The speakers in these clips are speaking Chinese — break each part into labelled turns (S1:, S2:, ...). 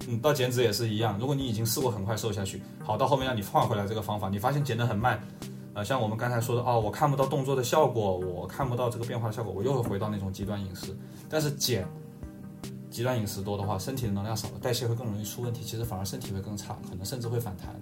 S1: 到减脂也是一样，如果你已经试过很快瘦下去，好，到后面让你换回来这个方法，你发现减得很慢，像我们刚才说的我看不到动作的效果，我看不到这个变化的效果，我又会回到那种极端饮食。但是极端饮食多的话，身体的能量少了，代谢会更容易出问题，其实反而身体会更差，可能甚至会反弹。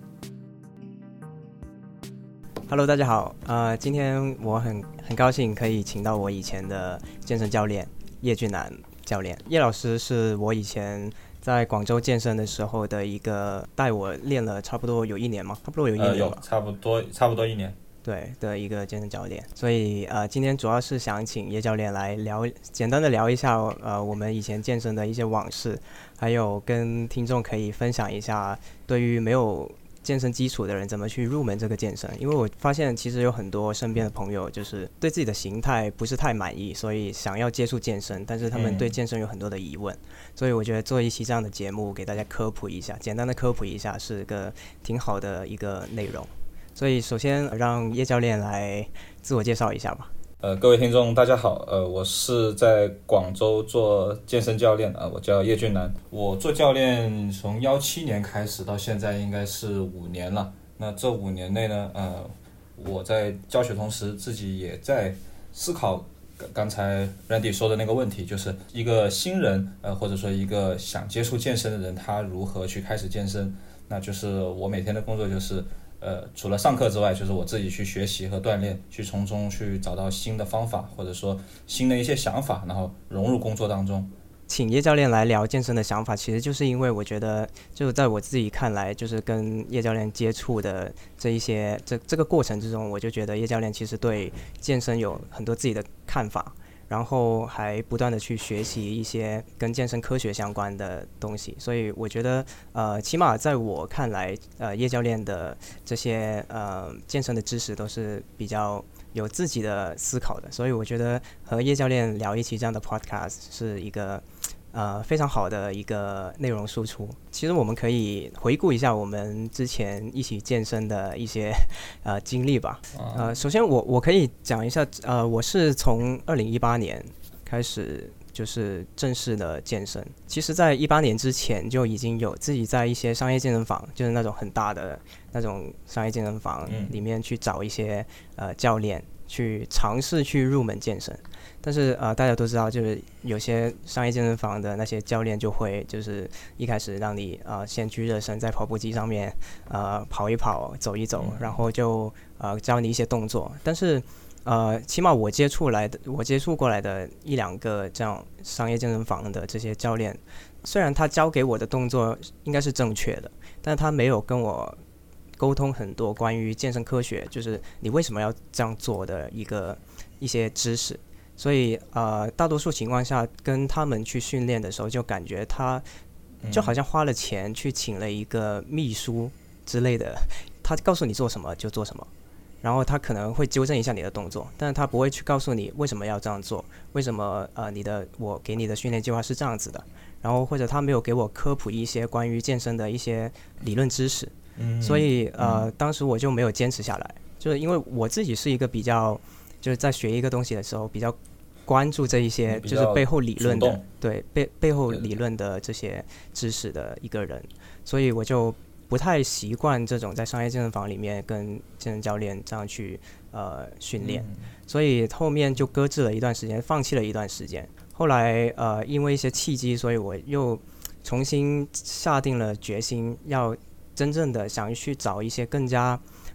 S2: Hello， 大家好，今天我很高兴可以请到我以前的健身教练叶俊南教练。叶老师是我以前在广州健身的时候的一个带我练了差不多有1年吗？差不多有1年吧，
S1: 差不多1年。
S2: 对的一个健身教练，所以今天主要是想请叶教练来简单的聊一下我们以前健身的一些往事，还有跟听众可以分享一下对于没有健身基础的人怎么去入门这个健身。因为我发现其实有很多身边的朋友就是对自己的形态不是太满意，所以想要接触健身，但是他们对健身有很多的疑问，所以我觉得做一期这样的节目给大家科普一下，简单的科普一下是个挺好的一个内容。所以首先让叶教练来自我介绍一下吧。
S1: 各位听众大家好，我是在广州做健身教练，我叫叶俊南。我做教练从17年开始到现在应该是5年了。那这5年内呢，我在教学同时自己也在思考刚才 Randy 说的那个问题，就是一个新人或者说一个想接触健身的人，他如何去开始健身。那就是我每天的工作就是除了上课之外，就是我自己去学习和锻炼，去从中去找到新的方法，或者说新的一些想法，然后融入工作当中。
S2: 请叶教练来聊健身的想法，其实就是因为我觉得，就在我自己看来，就是跟叶教练接触的这个过程之中，我就觉得叶教练其实对健身有很多自己的看法，然后还不断的去学习一些跟健身科学相关的东西，所以我觉得起码在我看来，叶教练的这些健身的知识都是比较有自己的思考的，所以我觉得和叶教练聊一期这样的 podcast 是一个非常好的一个内容输出。其实我们可以回顾一下我们之前一起健身的一些经历吧。首先我可以讲一下，我是从2018年开始就是正式的健身。其实在18年之前就已经有自己在一些商业健身房，就是那种很大的那种商业健身房里面去找一些教练去尝试去入门健身。但是大家都知道，就是有些商业健身房的那些教练就会就是一开始让你先去热身，在跑步机上面跑一跑走一走，然后就教你一些动作。但是起码我接触过来的1-2个这样商业健身房的这些教练，虽然他教给我的动作应该是正确的，但他没有跟我沟通很多关于健身科学，就是你为什么要这样做的一些知识。所以大多数情况下跟他们去训练的时候，就感觉他就好像花了钱去请了一个秘书之类的，他告诉你做什么就做什么，然后他可能会纠正一下你的动作，但是他不会去告诉你为什么要这样做，为什么我给你的训练计划是这样子的，然后或者他没有给我科普一些关于健身的一些理论知识。所以当时我就没有坚持下来，就是因为我自己是一个比较就是在学一个东西的时候比较关注这一些就是背后理论的，对背后理论的这些知识的一个人，所以我就不太习惯这种在商业健身房里面跟健身教练这样去训练，所以后面就搁置了一段时间，放弃了一段时间。后来因为一些契机，所以我又重新下定了决心，要真正的想去找一些更加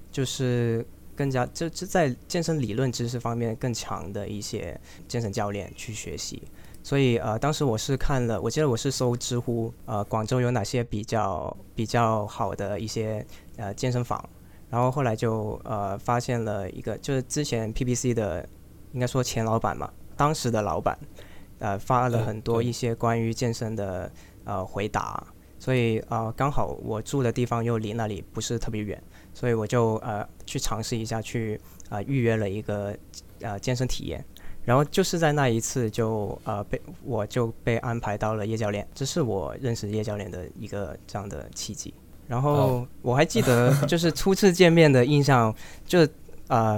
S2: 就在健身理论知识方面更强的一些健身教练去学习。所以当时我记得我是搜知乎广州有哪些比较好的一些健身房，然后后来就发现了一个，就是之前 PPC 的应该说前老板嘛，当时的老板发了很多一些关于健身的回答，所以刚好我住的地方又离那里不是特别远，所以我就去尝试一下，去预约了一个健身体验。然后就是在那一次我就被安排到了叶教练，这是我认识叶教练的一个这样的契机。然后我还记得就是初次见面的印象，就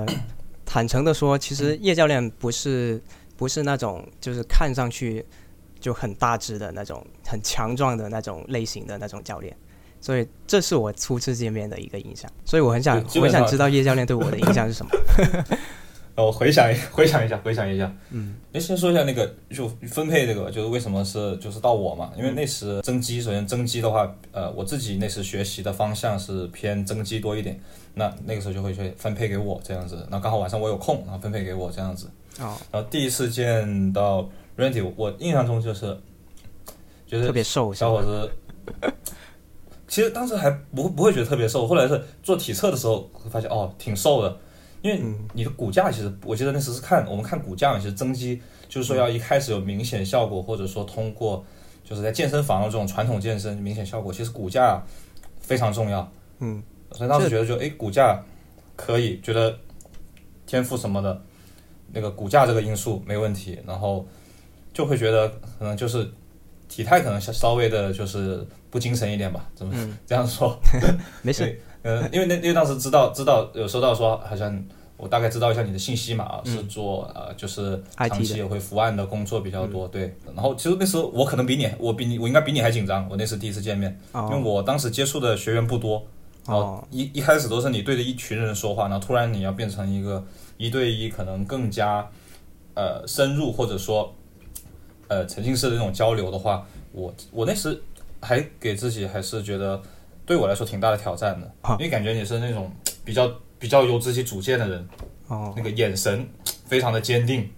S2: 坦诚的说，其实叶教练不是那种就是看上去就很大只的那种很强壮的那种类型的那种教练。所以这是我初次见面的一个印象，所以我很想知道叶教练对我的印象是什么。
S1: 我回想一下。先说一下那个就分配这个，就是为什么就是到我嘛，因为那时增肌，首先增肌的话，我自己那时学习的方向是偏增肌多一点，那个时候就会去分配给我这样子，那刚好晚上我有空，然后分配给我这样子。然后第一次见到 Randy， 我印象中就是
S2: 特别瘦，
S1: 小伙子。其实当时还不会觉得特别瘦，后来是做体测的时候发现挺瘦的，因为你的骨架其实我记得那时是我们看骨架嘛，其实增肌就是说要一开始有明显效果，或者说通过就是在健身房的这种传统健身明显效果，其实骨架非常重要。所以当时觉得骨架可以，觉得天赋什么的那个骨架这个因素没问题，然后就会觉得可能就是体态可能稍微的就是不精神一点吧，怎么这样说？
S2: 没事。
S1: 因为当时知道有收到说，好像我大概知道一下你的信息嘛，是做就是长期也会伏案的工作比较多，对。然后其实那时候我可能我应该比你还紧张，我那时第一次见面，因为我当时接触的学员不多，然后一开始都是你对着一群人说话，然后突然你要变成一个1对1，可能更加深入或者说沉浸式的那种交流的话，我那时还给自己还是觉得对我来说挺大的挑战的，因为感觉你是那种比较有自己主见的人，那个眼神非常的坚定。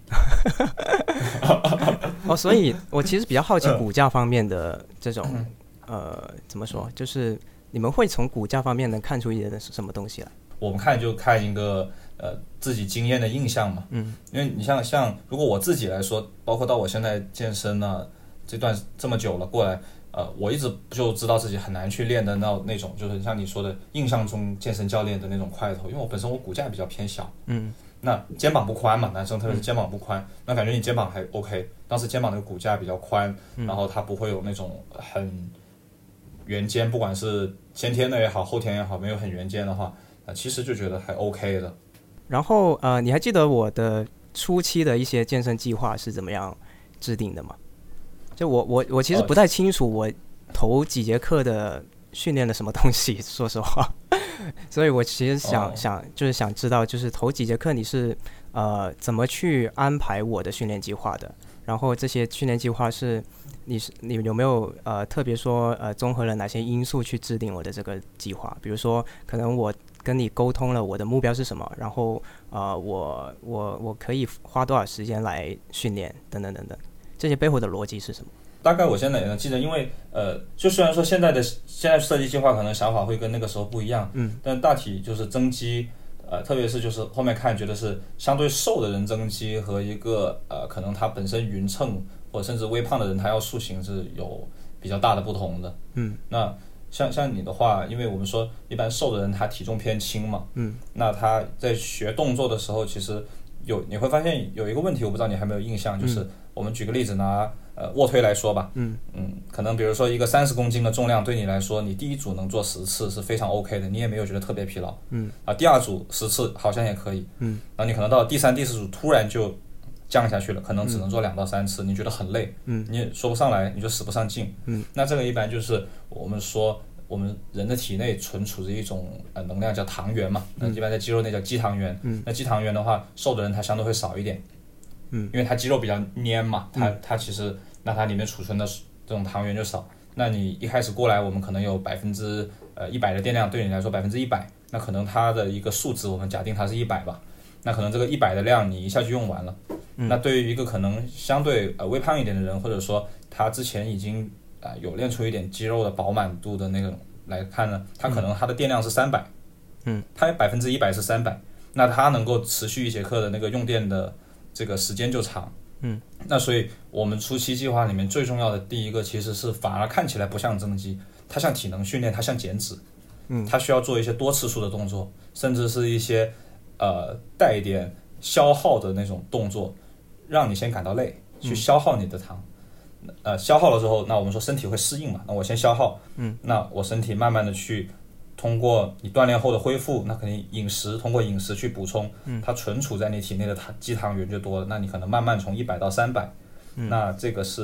S2: 所以我其实比较好奇骨架方面的这种怎么说，就是你们会从骨架方面能看出一点什么东西来？
S1: 我们看一个自己经验的印象嘛，因为你像如果我自己来说，包括到我现在健身呢这么久了过来，我一直就知道自己很难去练的那种，就是像你说的印象中健身教练的那种块头，因为我本身我骨架比较偏小，那肩膀不宽嘛，男生特别是肩膀不宽，那感觉你肩膀还 OK， 当时肩膀那个骨架比较宽，然后它不会有那种很圆肩，不管是先天的也好后天也好，没有很圆肩的话，其实就觉得还 OK 的。
S2: 然后你还记得我的初期的一些健身计划是怎么样制定的吗？就我其实不太清楚我头几节课的训练了什么东西，说实话，所以我其实想知道，就是头几节课你是怎么去安排我的训练计划的？然后这些训练计划是你有没有特别说综合了哪些因素去制定我的这个计划？比如说可能我跟你沟通了我的目标是什么，然后我可以花多少时间来训练等等等等，这些背后的逻辑是什么？
S1: 大概我现在也能记得，因为就虽然说现在设计计划可能想法会跟那个时候不一样，但大体就是增肌，特别是就是后面看觉得是相对瘦的人增肌和一个可能他本身匀称或者甚至微胖的人他要塑形是有比较大的不同的。那像你的话，因为我们说一般瘦的人他体重偏轻嘛，那他在学动作的时候，其实你会发现有一个问题，我不知道你还没有印象，就是我们举个例子拿卧推来说吧，可能比如说一个30公斤的重量对你来说，你第一组能做10次是非常 OK 的，你也没有觉得特别疲劳，第二组10次好像也可以，然后你可能到第3、第4组突然就降下去了，可能只能做2到3次，你觉得很累，你也说不上来，你就使不上劲，那这个一般就是我们说我们人的体内存储着一种能量叫糖原嘛，那一般在肌肉内叫肌糖原，那肌糖原的话，瘦的人它相对会少一点，因为它肌肉比较黏嘛，它其实那它里面储存的这种糖原就少。那你一开始过来，我们可能有100%的电量，对你来说100%，那可能它的一个数值我们假定它是100吧，那可能这个100的量你一下就用完了。那对于一个可能相对微胖一点的人，或者说他之前已经有练出一点肌肉的饱满度的那种来看呢，他可能他的电量是300，他100%是300，那他能够持续1节课的那个用电的这个时间就长。那所以我们初期计划里面最重要的第一个其实是反而看起来不像增肌，它像体能训练，它像减脂，它需要做一些多次数的动作，甚至是一些带一点消耗的那种动作，让你先感到累，去消耗你的糖。消耗了之后，那我们说身体会适应嘛，那我先消耗，那我身体慢慢的去通过你锻炼后的恢复，那肯定通过饮食去补充，它存储在你体内的肌糖原就多了，那你可能慢慢从100到300，那这个是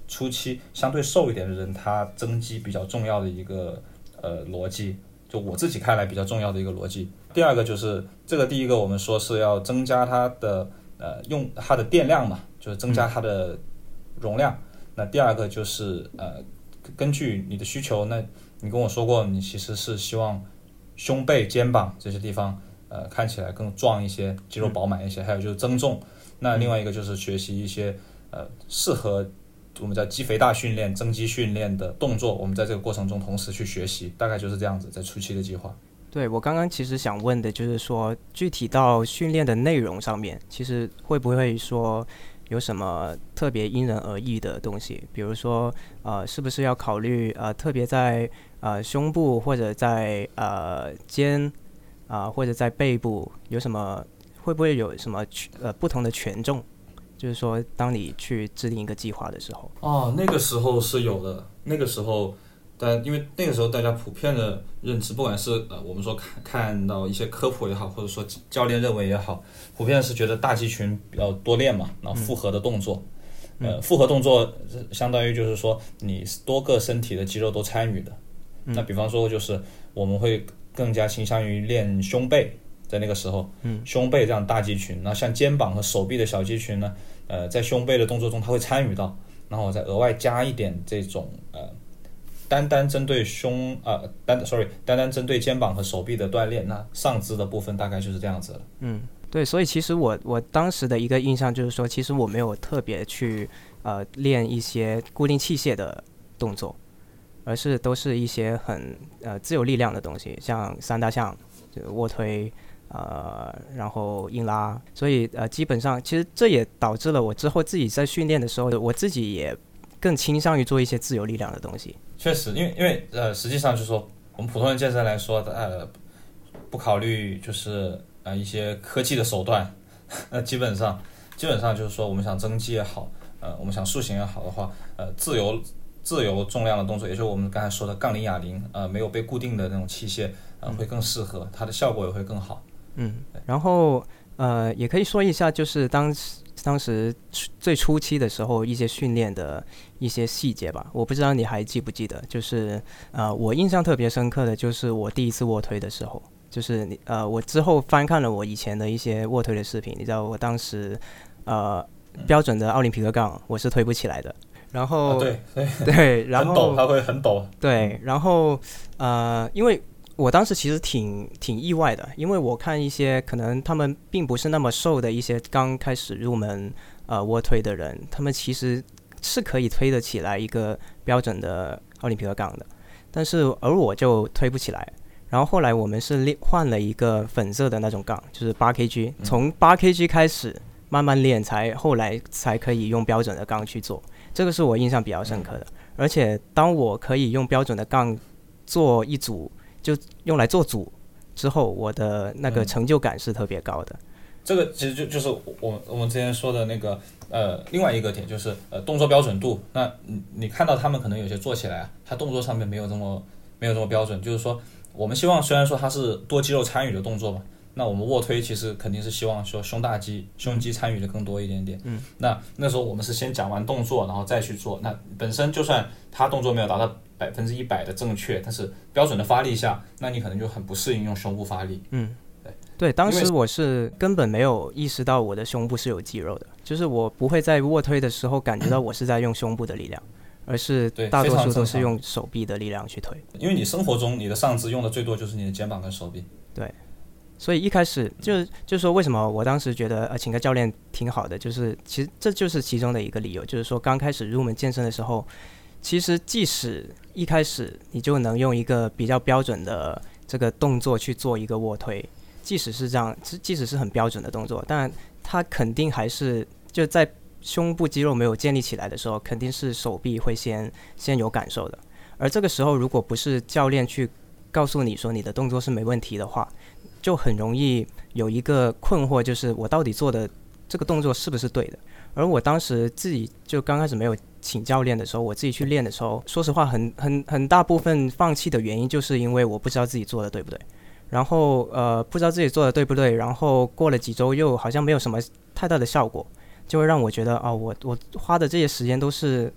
S1: 初期相对瘦一点的人他增肌比较重要的一个逻辑，就我自己看来比较重要的一个逻辑。第二个就是这个，第一个我们说是要增加它的用它的电量嘛，就是增加它的容量。那第二个就是根据你的需求，那你跟我说过你其实是希望胸背肩膀这些地方看起来更壮一些，肌肉饱满一些，还有就是增重。那另外一个就是学习一些适合我们叫肌肥大训练、增肌训练的动作，我们在这个过程中同时去学习，大概就是这样子，在初期的计划。
S2: 对，我刚刚其实想问的就是说，具体到训练的内容上面，其实会不会说有什么特别因人而异的东西？比如说是不是要考虑特别在胸部或者在肩或者在背部有什么，会不会有什么不同的权重？就是说，当你去制定一个计划的时候，
S1: 那个时候是有的。那个时候，但因为那个时候大家普遍的认知，不管是我们说看到一些科普也好，或者说教练认为也好，普遍是觉得大肌群比较多练嘛，然后复合的动作，复合动作相当于就是说你多个身体的肌肉都参与的。那比方说就是我们会更加倾向于练胸背。在那个时候，胸背这样大肌群，那像肩膀和手臂的小肌群呢，在胸背的动作中它会参与到，然后我再额外加一点这种单单针对单单针对肩膀和手臂的锻炼，那上肢的部分大概就是这样子了。
S2: 对，所以其实我当时的一个印象就是说，其实我没有特别去练一些固定器械的动作，而是都是一些很自由力量的东西，像三大项，就卧推。然后硬拉，所以基本上其实这也导致了我之后自己在训练的时候，我自己也更倾向于做一些自由力量的东西。
S1: 确实，因为实际上就是说我们普通人健身来说，不考虑就是一些科技的手段，那基本上就是说我们想增肌也好，我们想塑形也好的话，自由重量的动作，也就是我们刚才说的杠铃哑铃，没有被固定的那种器械，会更适合，它的效果也会更好。
S2: 然后也可以说一下，就是当时最初期的时候一些训练的一些细节吧。我不知道你还记不记得，就是我印象特别深刻的就是我第一次卧推的时候，就是我之后翻看了我以前的一些卧推的视频，你知道我当时标准的奥林匹克杠我是推不起来的。然后对，然后
S1: 很陡，它会很陡。
S2: 对，然后因为我当时其实挺意外的，因为我看一些可能他们并不是那么瘦的一些刚开始入门卧推的人，他们其实是可以推得起来一个标准的奥林匹克杠的，而我就推不起来。然后后来我们是换了一个粉色的那种杠，就是8kg，从8kg开始慢慢练，后来才可以用标准的杠去做。这个是我印象比较深刻的。而且当我可以用标准的杠做一组，就用来做组之后，我的那个成就感是特别高的。
S1: 这个其实就是我们之前说的那个另外一个点，就是动作标准度。那你看到他们可能有些做起来他动作上面没有这么标准，就是说我们希望虽然说它是多肌肉参与的动作嘛，那我们卧推其实肯定是希望说胸肌参与的更多一点点。那时候我们是先讲完动作，然后再去做。那本身就算他动作没有达到100%的正确，但是标准的发力下，那你可能就很不适应用胸部发力。
S2: 对，当时我是根本没有意识到我的胸部是有肌肉的，就是我不会在卧推的时候感觉到我是在用胸部的力量，而是大多数都是用手臂的力量去推。
S1: 因为你生活中你的上肢用的最多就是你的肩膀跟手臂。
S2: 对，所以一开始就说为什么我当时觉得请个教练挺好的，就是其实这就是其中的一个理由，就是说刚开始入门健身的时候，其实即使一开始你就能用一个比较标准的这个动作去做一个卧推，即使是这样，即使是很标准的动作，但它肯定还是就在胸部肌肉没有建立起来的时候，肯定是手臂会先有感受的。而这个时候如果不是教练去告诉你说你的动作是没问题的话，就很容易有一个困惑，就是我到底做的这个动作是不是对的。而我当时自己就刚开始没有请教练的时候，我自己去练的时候，说实话很大部分放弃的原因就是因为我不知道自己做的对不对，然后不知道自己做的对不对，然后过了几周又好像没有什么太大的效果，就会让我觉得我花的这些时间都是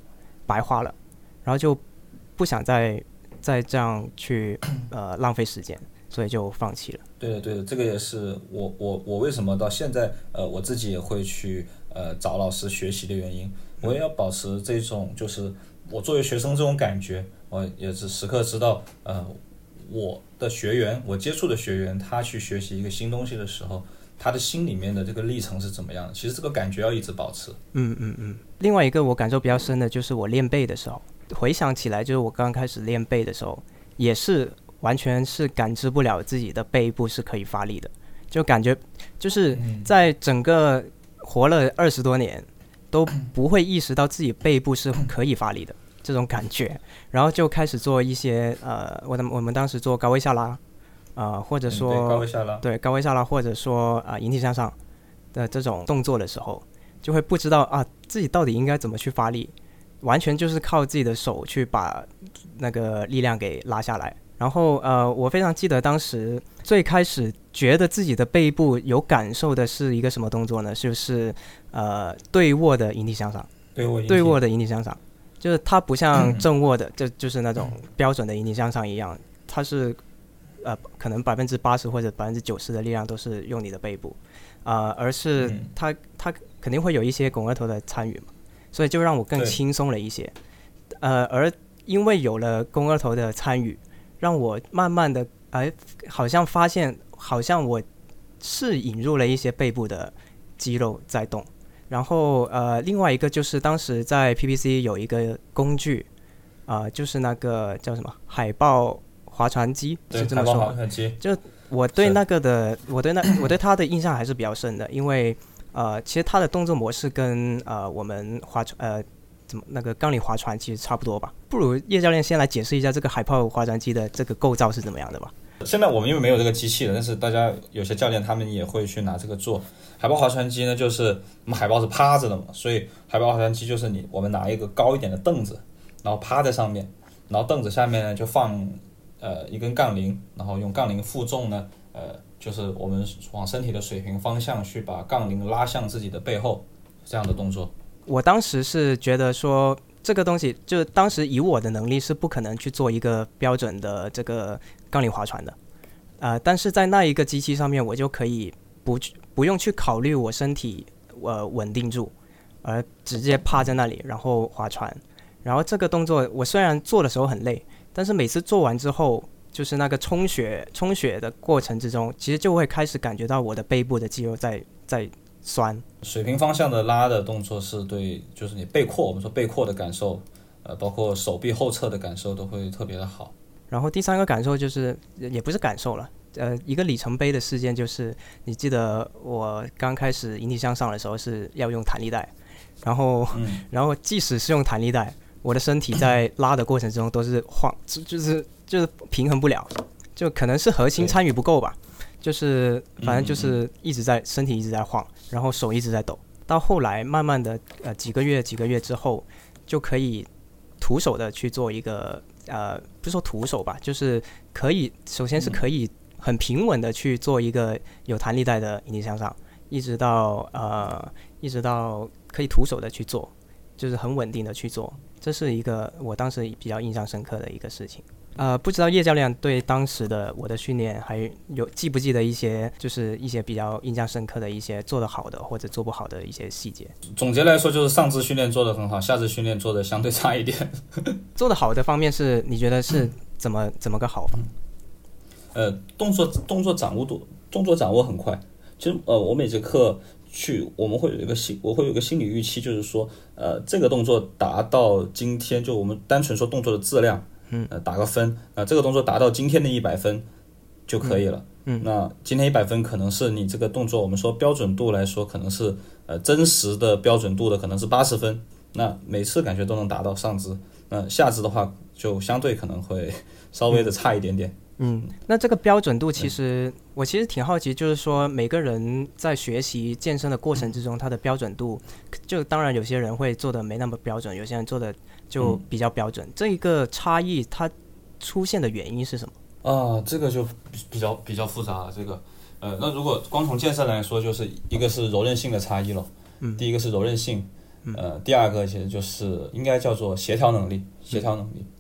S2: 白花了，然后就不想再这样去浪费时间，所以就放弃了。
S1: 对的，这个也是我为什么到现在我自己也会去找老师学习的原因。我也要保持这种就是我作为学生这种感觉，我也是时刻知道我的学员，我接触的学员，他去学习一个新东西的时候，他的心里面的这个历程是怎么样的。其实这个感觉要一直保持。
S2: 另外一个我感受比较深的就是我练背的时候，回想起来就是我刚开始练背的时候，也是完全是感知不了自己的背部是可以发力的，就感觉就是在整个活了20多年都不会意识到自己背部是可以发力的这种感觉，然后就开始做一些我们当时做高位下拉或者说
S1: 对高位下拉，
S2: 或者说引体向上的这种动作的时候，就会不知道自己到底应该怎么去发力，完全就是靠自己的手去把那个力量给拉下来。然后我非常记得当时最开始觉得自己的背部有感受的是一个什么动作呢？就是对握的引体向上，对握的引体向上，就是它不像正握的，就是那种标准的引体向上一样，它是可能80%或者90%的力量都是用你的背部，而是它肯定会有一些肱二头的参与嘛，所以就让我更轻松了一些。而因为有了肱二头的参与，让我慢慢的好像发现，好像我是引入了一些背部的肌肉在动。然后另外一个就是当时在 PPC 有一个工具就是那个叫什么海豹划船机，是这么说吗？就我对那个的我对它的印象还是比较深的，因为其实它的动作模式跟我们那个杠铃划船其实差不多吧。不如叶教练先来解释一下这个海豹划船机的这个构造是怎么样的吧。
S1: 现在我们因为没有这个机器了，但是大家有些教练他们也会去拿这个做。海豹划船机呢，就是我们海豹是趴着的嘛，所以海豹划船机就是我们拿一个高一点的凳子，然后趴在上面，然后凳子下面呢就放一根杠铃，然后用杠铃负重呢就是我们往身体的水平方向去把杠铃拉向自己的背后，这样的动作。
S2: 我当时是觉得说这个东西，就当时以我的能力是不可能去做一个标准的这个杠铃划船的，但是在那一个机器上面，我就可以不用去考虑我身体稳定住，而直接趴在那里然后划船。然后这个动作我虽然做的时候很累，但是每次做完之后，就是那个充血的过程之中，其实就会开始感觉到我的背部的肌肉在酸。
S1: 水平方向的拉的动作是对，就是你背阔，我们说背阔的感受，包括手臂后侧的感受都会特别的好。
S2: 然后第三个感受就是也不是感受了，一个里程碑的事件就是，你记得我刚开始引体向上的时候是要用弹力带，然后即使是用弹力带，我的身体在拉的过程中都是晃，就是平衡不了，就可能是核心参与不够吧，就是反正就是身体一直在晃，然后手一直在抖。到后来慢慢的几个月之后，就可以徒手的去做一个不是说徒手吧，就是首先是可以很平稳的去做一个有弹力带的引体向上，一直到可以徒手的去做，就是很稳定的去做。这是一个我当时比较印象深刻的一个事情。不知道叶教练对当时的我的训练还记不记得一些比较印象深刻的一些做得好的或者做不好的一些细节？
S1: 总结来说就是上肢训练做得很好，下肢训练做得相对差一点。
S2: 做得好的方面是你觉得是怎么个好法？
S1: 动作掌握很快。其实我每节课我会有一个心理预期，就是说这个动作达到今天，就我们单纯说动作的质量，打个分，这个动作达到今天的100分就可以了。那今天100分可能是你这个动作，我们说标准度来说，可能是真实的标准度的可能是80分，那每次感觉都能达到上肢。那下肢的话就相对可能会稍微的差一点点。
S2: 那这个标准度我其实挺好奇，就是说每个人在学习健身的过程之中，他的标准度，就当然有些人会做的没那么标准，有些人做的就比较标准。这一个差异它出现的原因是什么？
S1: 这个就比较复杂了。这个那如果光从健身来说，就是一个是柔韧性的差异了。第一个是柔韧性， 第二个其实就是应该叫做协调能力，协调能力，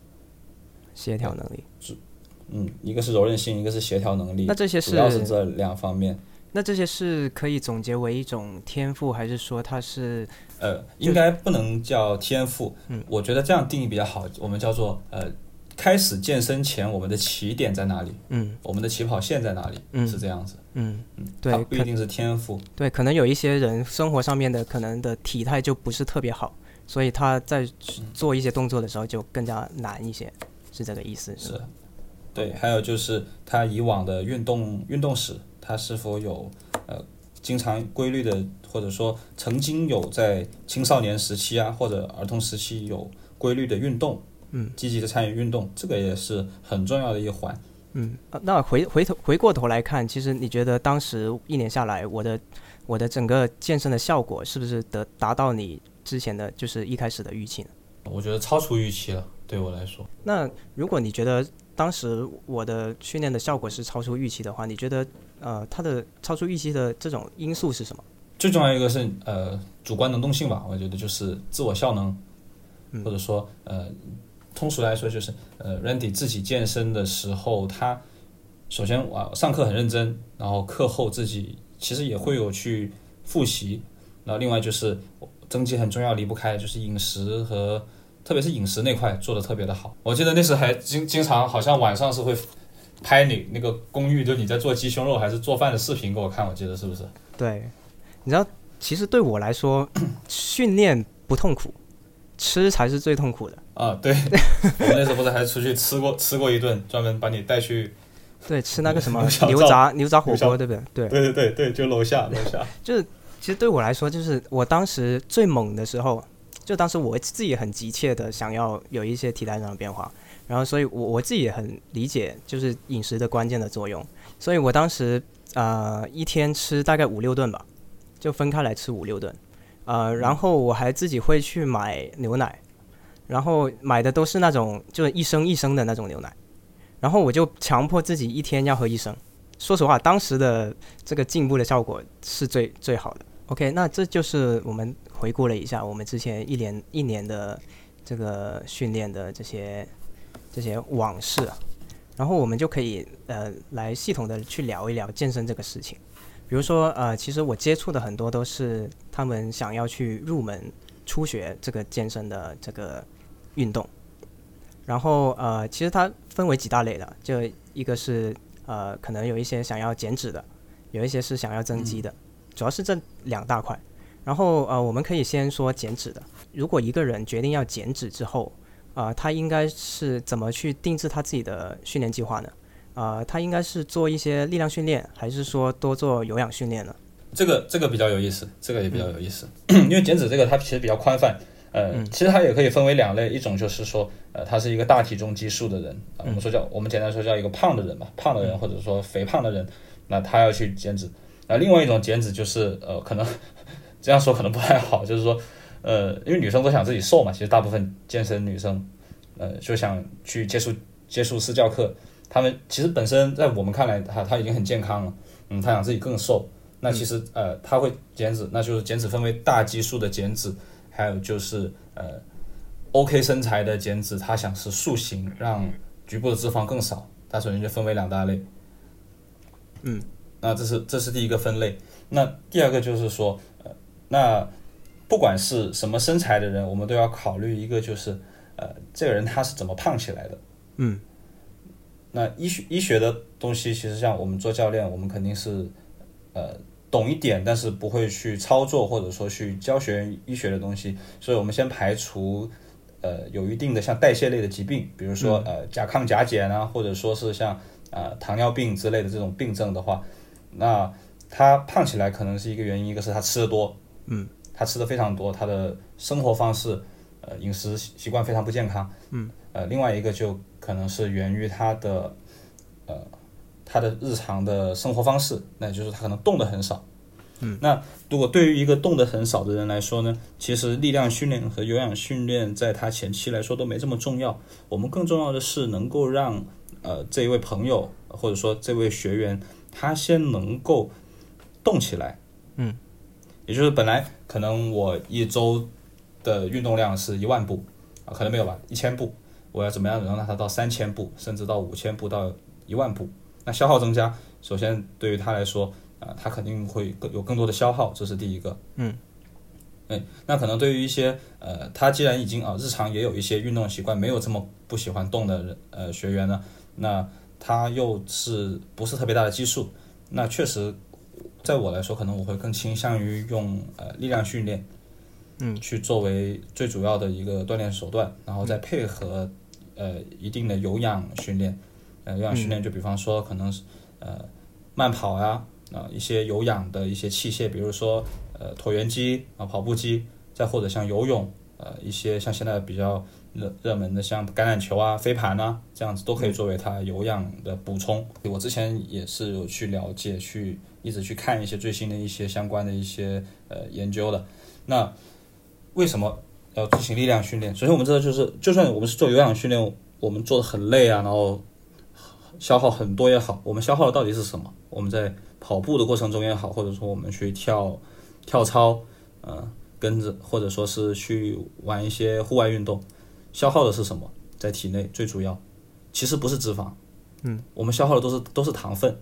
S1: 一个是柔韧性，一个是协调能力，
S2: 那这些
S1: 主要是这两方面。
S2: 那这些是可以总结为一种天赋，还是说它是
S1: 应该不能叫天赋，我觉得这样定义比较好，我们叫做开始健身前我们的起点在哪里，我们的起跑线在哪里，是这样子，
S2: 对，
S1: 它不一定是天赋，
S2: 对，可能有一些人生活上面的可能的体态就不是特别好，所以他在做一些动作的时候就更加难一些，是这个意思？
S1: 是，对，还有就是他以往的运动史，他是否有经常规律的，或者说曾经有在青少年时期啊或者儿童时期有规律的运动，积极的参与运动，这个也是很重要的一环。
S2: 那回过头来看，其实你觉得当时1年下来，我的整个健身的效果是不是达到你之前的就是一开始的预期呢？
S1: 我觉得超出预期了，对我来说。
S2: 那如果你觉得当时我的训练的效果是超出预期的话，你觉得它的超出预期的这种因素是什么？
S1: 最重要一个是主观能动性吧，我觉得就是自我效能，或者说通俗来说就是Randy 自己健身的时候，他首先上课很认真，然后课后自己其实也会有去复习，然后另外就是增肌很重要，离不开就是饮食和特别是饮食那块做的特别的好。我记得那时还经常好像晚上是会拍你那个公寓，就你在做鸡胸肉还是做饭的视频给我看，我记得是不是？
S2: 对，你知道其实对我来说训练不痛苦，吃才是最痛苦的
S1: 啊。对，我们那时候不是还出去吃过一顿，专门把你带去
S2: 对吃那个什么牛杂火锅，对不对？
S1: 对，就楼下
S2: 就是其实对我来说，就是我当时最猛的时候，就当时我自己也很急切的想要有一些体态上的变化，然后所以我自己也很理解就是饮食的关键的作用，所以我当时一天吃大概5-6顿吧，就分开来吃5-6顿，然后我还自己会去买牛奶，然后买的都是那种就是一升一升的那种牛奶，然后我就强迫自己一天要喝1升。说实话，当时的这个进步的效果是最好的。OK， 那这就是我们回顾了一下我们之前一年的这个训练的这些往事啊，然后我们就可以来系统的去聊一聊健身这个事情。比如说其实我接触的很多都是他们想要去入门初学这个健身的这个运动，然后其实它分为几大类的，就一个是可能有一些想要减脂的，有一些是想要增肌的，主要是这2大块。然后我们可以先说减脂的。如果一个人决定要减脂之后，他应该是怎么去定制他自己的训练计划呢？他应该是做一些力量训练，还是说多做有氧训练呢？
S1: 这个比较有意思，这个也比较有意思，因为减脂这个它其实比较宽泛。其实它也可以分为2类，一种就是说，他是一个大体重基数的人，我们简单说叫一个胖的人吧，胖的人或者说肥胖的人，那他要去减脂。另外一种减脂就是可能这样说可能不太好，就是说因为女生都想自己瘦嘛，其实大部分健身女生就想去接触私教课，他们其实本身在我们看来他已经很健康了，他想自己更瘦，那其实他会减脂，那就是减脂分为大基数的减脂，还有就是OK 身材的减脂，他想是塑形，让局部的脂肪更少，它首先就分为2大类。那这是第一个分类。那第二个就是说那不管是什么身材的人，我们都要考虑一个就是这个人他是怎么胖起来的。那医学的东西，其实像我们做教练，我们肯定是懂一点，但是不会去操作或者说去教学医学的东西，所以我们先排除有一定的像代谢类的疾病，比如说甲亢甲减啊，或者说是像糖尿病之类的这种病症的话，那他胖起来可能是一个原因，一个是他吃的多，他吃的非常多，他的生活方式饮食习惯非常不健康，另外一个就可能是源于他的日常的生活方式，那就是他可能动得很少。那如果对于一个动得很少的人来说呢，其实力量训练和有氧训练在他前期来说都没这么重要，我们更重要的是能够让这一位朋友或者说这位学员他先能够动起来。也就是本来可能我一周的运动量是1万步啊，可能没有吧，1000步，我要怎么样让它到3000步，甚至到5000步到1万步？那消耗增加，首先对于他来说，他肯定会有更多的消耗，这是第一个。那可能对于一些他既然已经日常也有一些运动习惯，没有这么不喜欢动的学员呢，那他又是不是特别大的基数，那确实在我来说，可能我会更倾向于用力量训练，去作为最主要的一个锻炼手段，然后再配合一定的有氧训练。有氧训练就比方说可能是慢跑呀，一些有氧的一些器械，比如说椭圆机啊、跑步机，再或者像游泳，一些像现在比较热门的像橄榄球啊、飞盘啊，这样子都可以作为它有氧的补充。我之前也是有去了解，一直去看一些最新的一些相关的一些研究的。那为什么要进行力量训练？首先我们知道，就算我们是做有氧训练，我们做的很累啊，然后消耗很多也好，我们消耗的到底是什么？我们在跑步的过程中也好，或者说我们去跳操，跟着或者说是去玩一些户外运动，消耗的是什么？在体内最主要其实不是脂肪，我们消耗的都是糖分，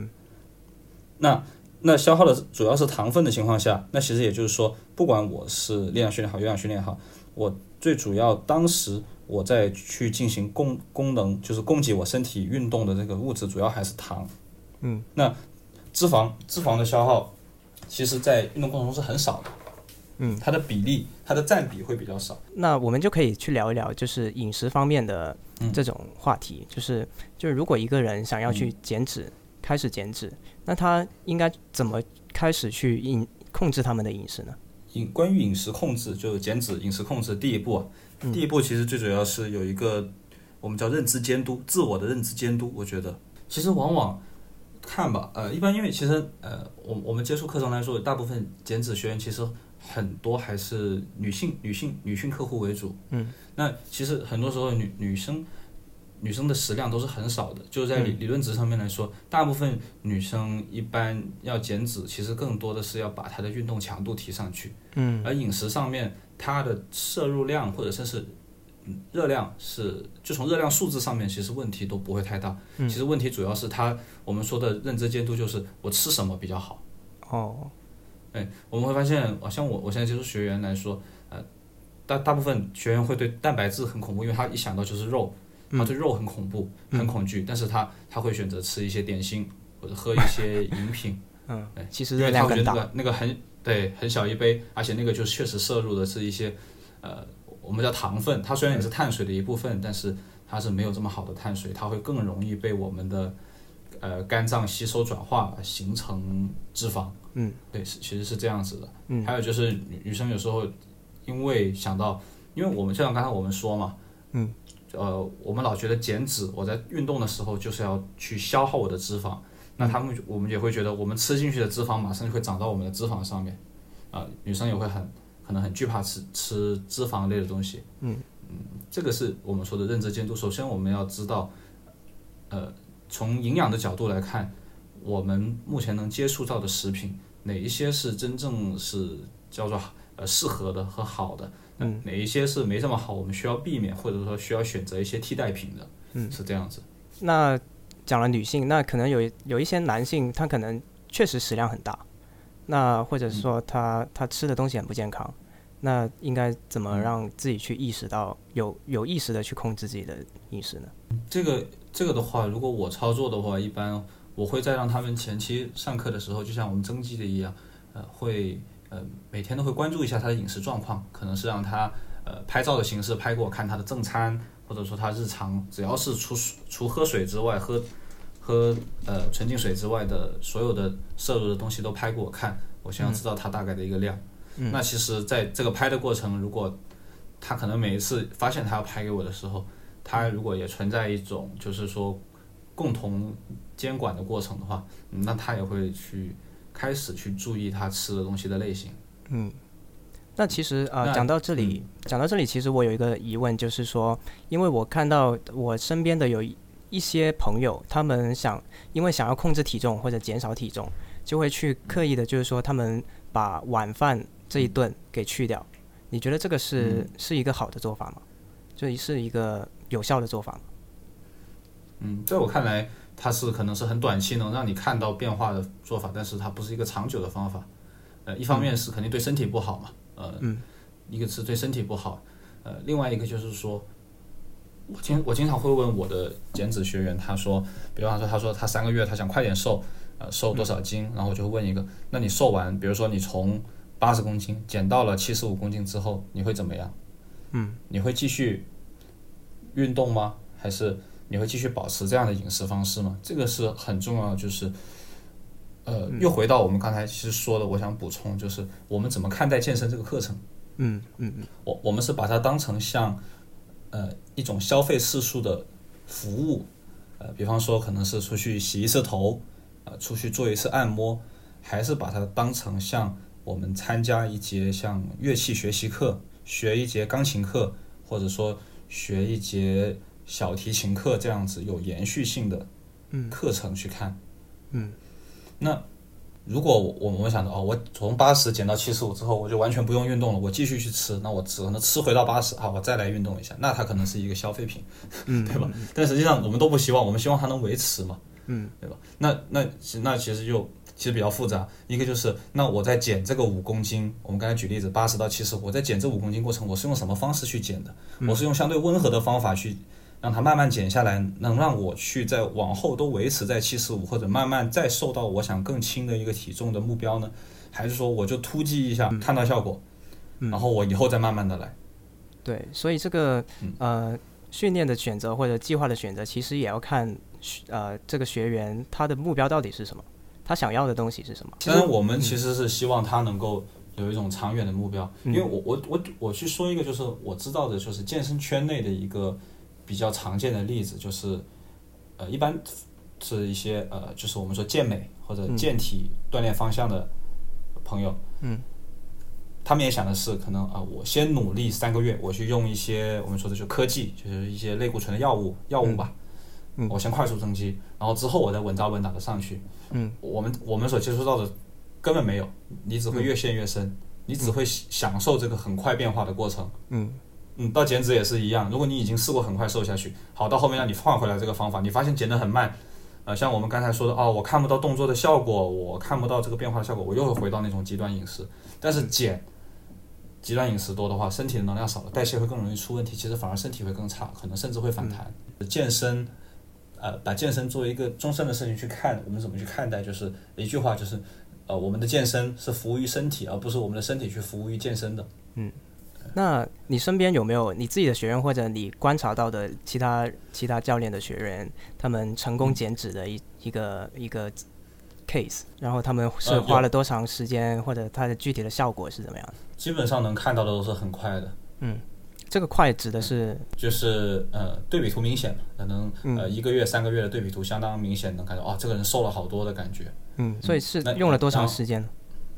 S1: 那消耗的主要是糖分的情况下，那其实也就是说，不管我是力量训练好、有氧训练好，我最主要当时我在去进行功能，就是供给我身体运动的这个物质，主要还是糖。那脂肪的消耗，其实在运动过程中是很少的。它的比例，它的占比会比较少。
S2: 那我们就可以去聊一聊，就是饮食方面的这种话题。就是如果一个人想要去减脂，开始减脂，那他应该怎么开始去控制他们的饮食呢？
S1: 关于饮食控制，就是减脂饮食控制，第一步其实最主要是有一个我们叫认知监督，自我的认知监督。我觉得其实往往看吧，一般因为其实我们接触课程来说，大部分减脂学员其实很多还是女性客户为主。那其实很多时候女生的食量都是很少的，就是在理论值上面来说，大部分女生一般要减脂，其实更多的是要把她的运动强度提上去。而饮食上面，它的摄入量或者甚至热量就从热量数字上面，其实问题都不会太大。其实问题主要是我们说的认知监督，就是我吃什么比较好。我们会发现，像我现在接触学员来说，大部分学员会对蛋白质很恐怖，因为他一想到就是肉。他对肉很恐怖，很恐惧，但是他会选择吃一些点心或者喝一些饮品。
S2: 其实热量更大。
S1: 因为他会觉得很小一杯，而且那个就确实摄入的是一些我们叫糖分。它虽然也是碳水的一部分，但是它是没有这么好的碳水，它会更容易被我们的肝脏吸收转化形成脂肪。对，其实是这样子的。还有就是女生有时候因为我们就像刚才我们说嘛，我们老觉得减脂，我在运动的时候就是要去消耗我的脂肪，那我们也会觉得我们吃进去的脂肪马上就会长到我们的脂肪上面，女生也会可能很惧怕吃脂肪类的东西。这个是我们说的认知监督。首先我们要知道，从营养的角度来看，我们目前能接触到的食品，哪一些是真正是叫做适合的和好的，哪一些是没这么好，我们需要避免，或者说需要选择一些替代品的。是这样子。
S2: 那讲了女性，那可能有一些男性，他可能确实食量很大，那或者说他吃的东西很不健康，那应该怎么让自己去意识到有意识的去控制自己的饮食呢？
S1: 这个的话，如果我操作的话，一般我会在让他们前期上课的时候，就像我们增肌的一样，会每天都会关注一下他的饮食状况，可能是让他拍照的形式拍给我看他的正餐，或者说他日常只要是除喝水之外，喝纯净水之外的所有的摄入的东西都拍给我看，我想要知道他大概的一个量。那其实在这个拍的过程，如果他可能每一次发现他要拍给我的时候，他如果也存在一种就是说共同监管的过程的话，那他也会开始去注意他吃的东西的类型。
S2: 那其实讲到这里，其实我有一个疑问，就是说，因为我看到我身边的有一些朋友，他们因为想要控制体重或者减少体重，就会去刻意的，就是说他们把晚饭这一顿给去掉， 你觉得这个是一个好的做法吗？就是一个有效的做法吗？
S1: 在我看来，它是可能是很短期能让你看到变化的做法，但是它不是一个长久的方法。一方面是肯定对身体不好嘛，一个是对身体不好，另外一个就是说，我经常会问我的减脂学员，他说，比方说他说他3个月他想快点瘦，瘦多少斤，然后我就会问一个，那你瘦完，比如说你从80公斤减到了75公斤之后，你会怎么样？你会继续运动吗？还是你会继续保持这样的饮食方式吗？这个是很重要的，就是又回到我们刚才其实说的，我想补充就是我们怎么看待健身这个课程。我们是把它当成像一种消费次数的服务，比方说可能是出去洗一次头，出去做一次按摩，还是把它当成像我们参加一节像乐器学习课，学一节钢琴课，或者说学一节小提琴课这样子有延续性的课程去看。那如果我们想到我从80减到75之后，我就完全不用运动了，我继续去吃，那我只能吃回到80，好，我再来运动一下，那它可能是一个消费品，对吧？但实际上我们都不希望，我们希望它能维持嘛，对吧？那其实比较复杂，一个就是那我在减这个5公斤，我们刚才举例子80到70，我在减这5公斤过程，我是用什么方式去减的？我是用相对温和的方法去让它慢慢减下来，能让我去在往后都维持在75，或者慢慢再瘦到我想更轻的一个体重的目标呢？还是说我就突击一下，看到效果，然后我以后再慢慢的来？
S2: 对，所以这个训练的选择或者计划的选择，其实也要看这个学员他的目标到底是什么，他想要的东西是什么。
S1: 当然我们其实是希望他能够有一种长远的目标，因为我去说一个就是我知道的就是健身圈内的一个比较常见的例子，就是一般是一些就是我们说健美或者健体锻炼方向的朋友，他们也想的是可能我先努力3个月，我去用一些我们说的就科技，就是一些类固醇的药物吧，我先快速增肌，然后之后我再稳扎稳打的上去。我们所接触到的根本没有，你只会越陷越深，你只会享受这个很快变化的过程。到减脂也是一样，如果你已经试过很快瘦下去，好，到后面让你换回来这个方法，你发现减得很慢，像我们刚才说的我看不到动作的效果，我看不到这个变化的效果，我又会回到那种极端饮食。但是极端饮食多的话，身体的能量少了，代谢会更容易出问题，其实反而身体会更差，可能甚至会反弹。健身把健身作为一个终身的事情去看，我们怎么去看待？就是一句话，就是我们的健身是服务于身体，而不是我们的身体去服务于健身的。
S2: 那你身边有没有你自己的学员，或者你观察到的其他教练的学员，他们成功减脂的一个 case， 然后他们是花了多长时间，或者他的具体的效果是怎么样的？
S1: 基本上能看到的都是很快的。
S2: 这个快指的是
S1: 就是对比图明显，可能1个月3个月的对比图相当明显，能看到这个人瘦了好多的感觉。
S2: 所以是用了多长时间呢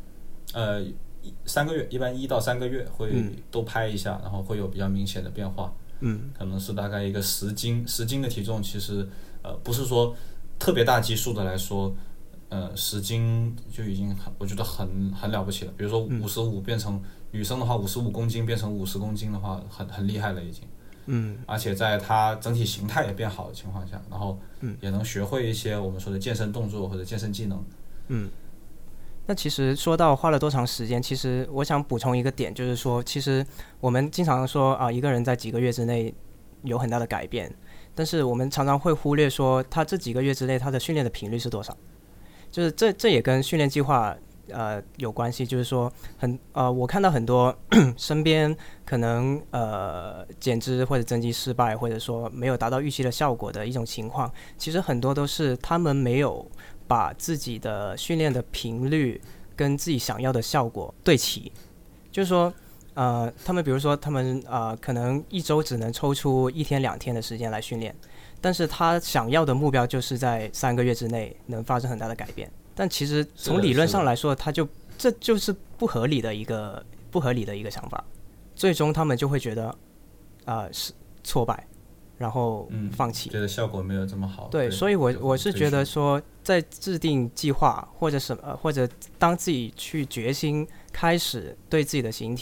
S1: ？3个月，一般1到3个月会都拍一下，然后会有比较明显的变化。可能是大概一个10斤的体重，其实不是说特别大基数的来说，10斤就已经我觉得很了不起了。比如说55变成女生的话，55公斤变成50公斤的话，很厉害了已经。而且在她整体形态也变好的情况下，然后也能学会一些我们说的健身动作或者健身技能。
S2: 那其实说到花了多长时间，其实我想补充一个点，就是说，其实我们经常说一个人在几个月之内有很大的改变，但是我们常常会忽略说，他这几个月之内他的训练的频率是多少，就是这也跟训练计划有关系，就是说我看到很多身边可能减脂或者增肌失败，或者说没有达到预期的效果的一种情况，其实很多都是他们没有把自己的训练的频率跟自己想要的效果对齐，就是说他们比如说他们可能1周只能抽出1天2天的时间来训练，但是他想要的目标就是在3个月之内能发生很大的改变，但其实从理论上来说，这就是不合理的一个想法，最终他们就会觉得是挫败，然后放弃，
S1: 觉得效果没有这么好。
S2: 对，所以我是觉得说，在制定计划或者当自己去决心开始对自己的形体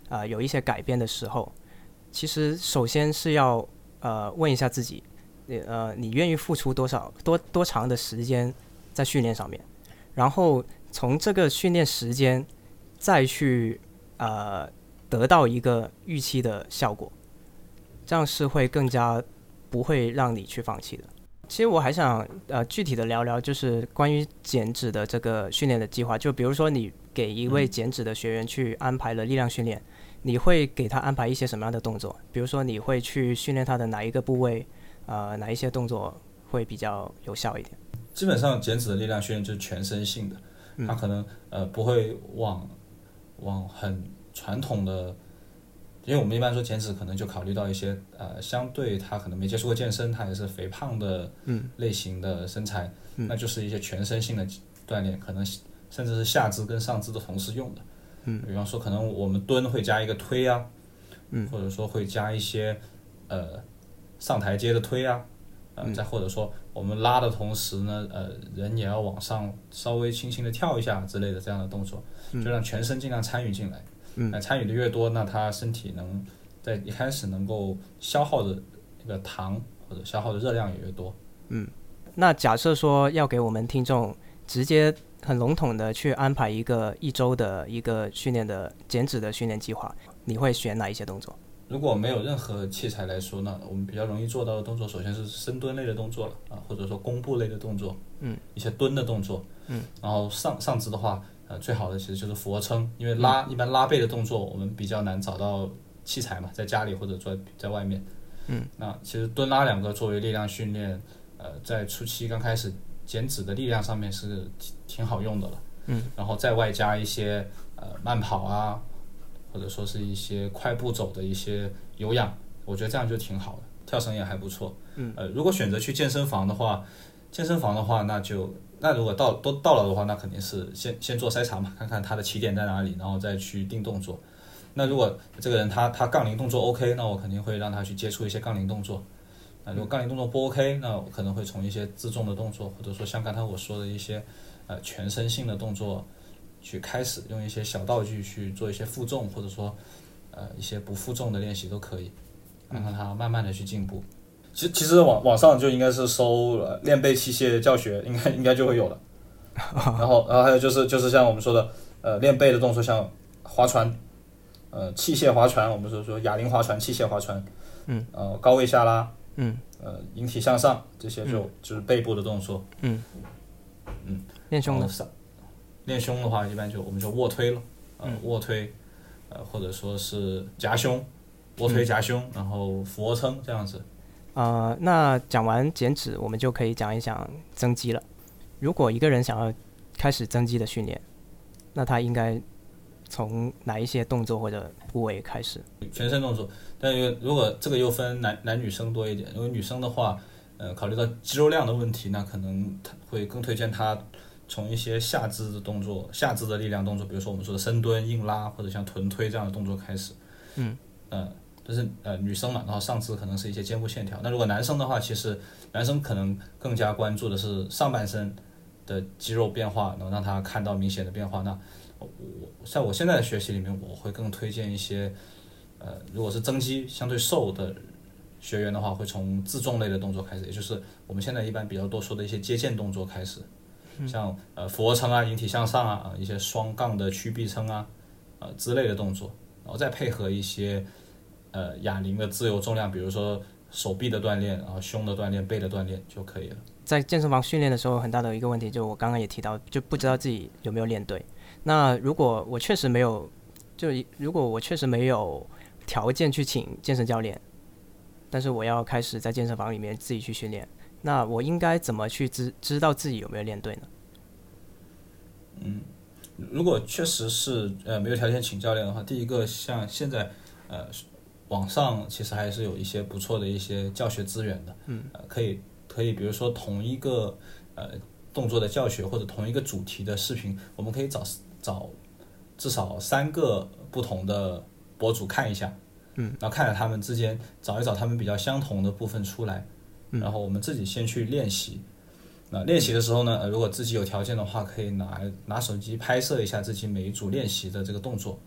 S2: 有一些改变的时候，其实首先是要问一下自己，你愿意付出多长的时间在训练上面，然后从这个训练时间再去得到一个预期的效果，这样是会更加不会让你去放弃的。其实我还想具体的聊聊，就是关于减脂的这个训练的计划。就比如说你给一位减脂的学员去安排了力量训练，你会给他安排一些什么样的动作？比如说你会去训练他的哪一个部位，哪一些动作会比较有效一点？
S1: 基本上减脂的力量训练就是全身性的，它可能不会往很传统的。因为我们一般说减脂，可能就考虑到一些相对他可能没接触过健身，他也是肥胖的类型的身材，那就是一些全身性的锻炼，可能甚至是下肢跟上肢都同时用的。比方说可能我们蹲会加一个推啊，或者说会加一些上台阶的推啊，再或者说我们拉的同时呢，人也要往上稍微轻轻的跳一下之类的这样的动作，就让全身尽量参与进来。参与的越多，那他身体能在一开始能够消耗的那个糖或者消耗的热量也越多。
S2: 那假设说要给我们听众直接很笼统的去安排一周的一个训练的减脂的训练计划，你会选哪一些动作？
S1: 如果没有任何器材来说呢，我们比较容易做到的动作，首先是深蹲类的动作了或者说弓步类的动作，一些蹲的动作，然后上肢的话。最好的其实就是俯卧撑，因为一般拉背的动作我们比较难找到器材嘛，在家里或者在外面。那其实蹲拉两个作为力量训练，在初期刚开始减脂的力量上面是挺好用的了。然后再外加一些慢跑啊，或者说是一些快步走的一些有氧，我觉得这样就挺好的。跳绳也还不错。如果选择去健身房的话，那如果都到了的话，那肯定是先做筛查嘛，看看他的起点在哪里，然后再去定动作。那如果这个人他杠铃动作 OK， 那我肯定会让他去接触一些杠铃动作。那如果杠铃动作不 OK， 那我可能会从一些自重的动作，或者说像刚才我说的一些全身性的动作去开始，用一些小道具去做一些负重，或者说一些不负重的练习都可以，让他慢慢的去进步。其实网上就应该是搜练背器械教学，应该就会有了。然后还有就是像我们说的练背的动作，像划船，器械划船，我们说哑铃划船、器械划船，高位下拉，引体向上，这些就是背部的动作。
S2: 练胸的，
S1: 练胸的话，一般我们就卧推了，卧推，或者说是夹胸，卧推夹胸，然后俯卧撑这样子。
S2: 那讲完减脂，我们就可以讲一讲增肌了。如果一个人想要开始增肌的训练，那他应该从哪一些动作或者部位开始？
S1: 全身动作，但如果这个又分男女生多一点。如果女生的话，考虑到肌肉量的问题，那可能会更推荐她从一些下肢的动作、下肢的力量动作，比如说我们说的深蹲、硬拉，或者像臀推这样的动作开始。这是女生嘛，然后上肢可能是一些肩部线条。那如果男生的话，其实男生可能更加关注的是上半身的肌肉变化，能让他看到明显的变化。那在我现在的学习里面，我会更推荐一些如果是增肌相对瘦的学员的话，会从自重类的动作开始，也就是我们现在一般比较多说的一些接键动作开始，像俯卧撑啊、引体向上啊、一些双杠的曲臂撑啊之类的动作，然后再配合一些哑铃的自由重量，比如说手臂的锻炼，然后胸的锻炼、背的锻炼就可以了。
S2: 在健身房训练的时候，很大的一个问题就我刚刚也提到，就不知道自己有没有练对。那如果我确实没有条件去请健身教练，但是我要开始在健身房里面自己去训练，那我应该怎么去知道自己有没有练对呢？
S1: 如果确实是没有条件请教练的话，第一个像现在网上其实还是有一些不错的一些教学资源的，可以比如说同一个动作的教学或者同一个主题的视频，我们可以找至少3个不同的博主看一下，然后看着他们之间找一找他们比较相同的部分出来，然后我们自己先去练习。那练习的时候呢，如果自己有条件的话，可以拿手机拍摄一下自己每一组练习的这个动作，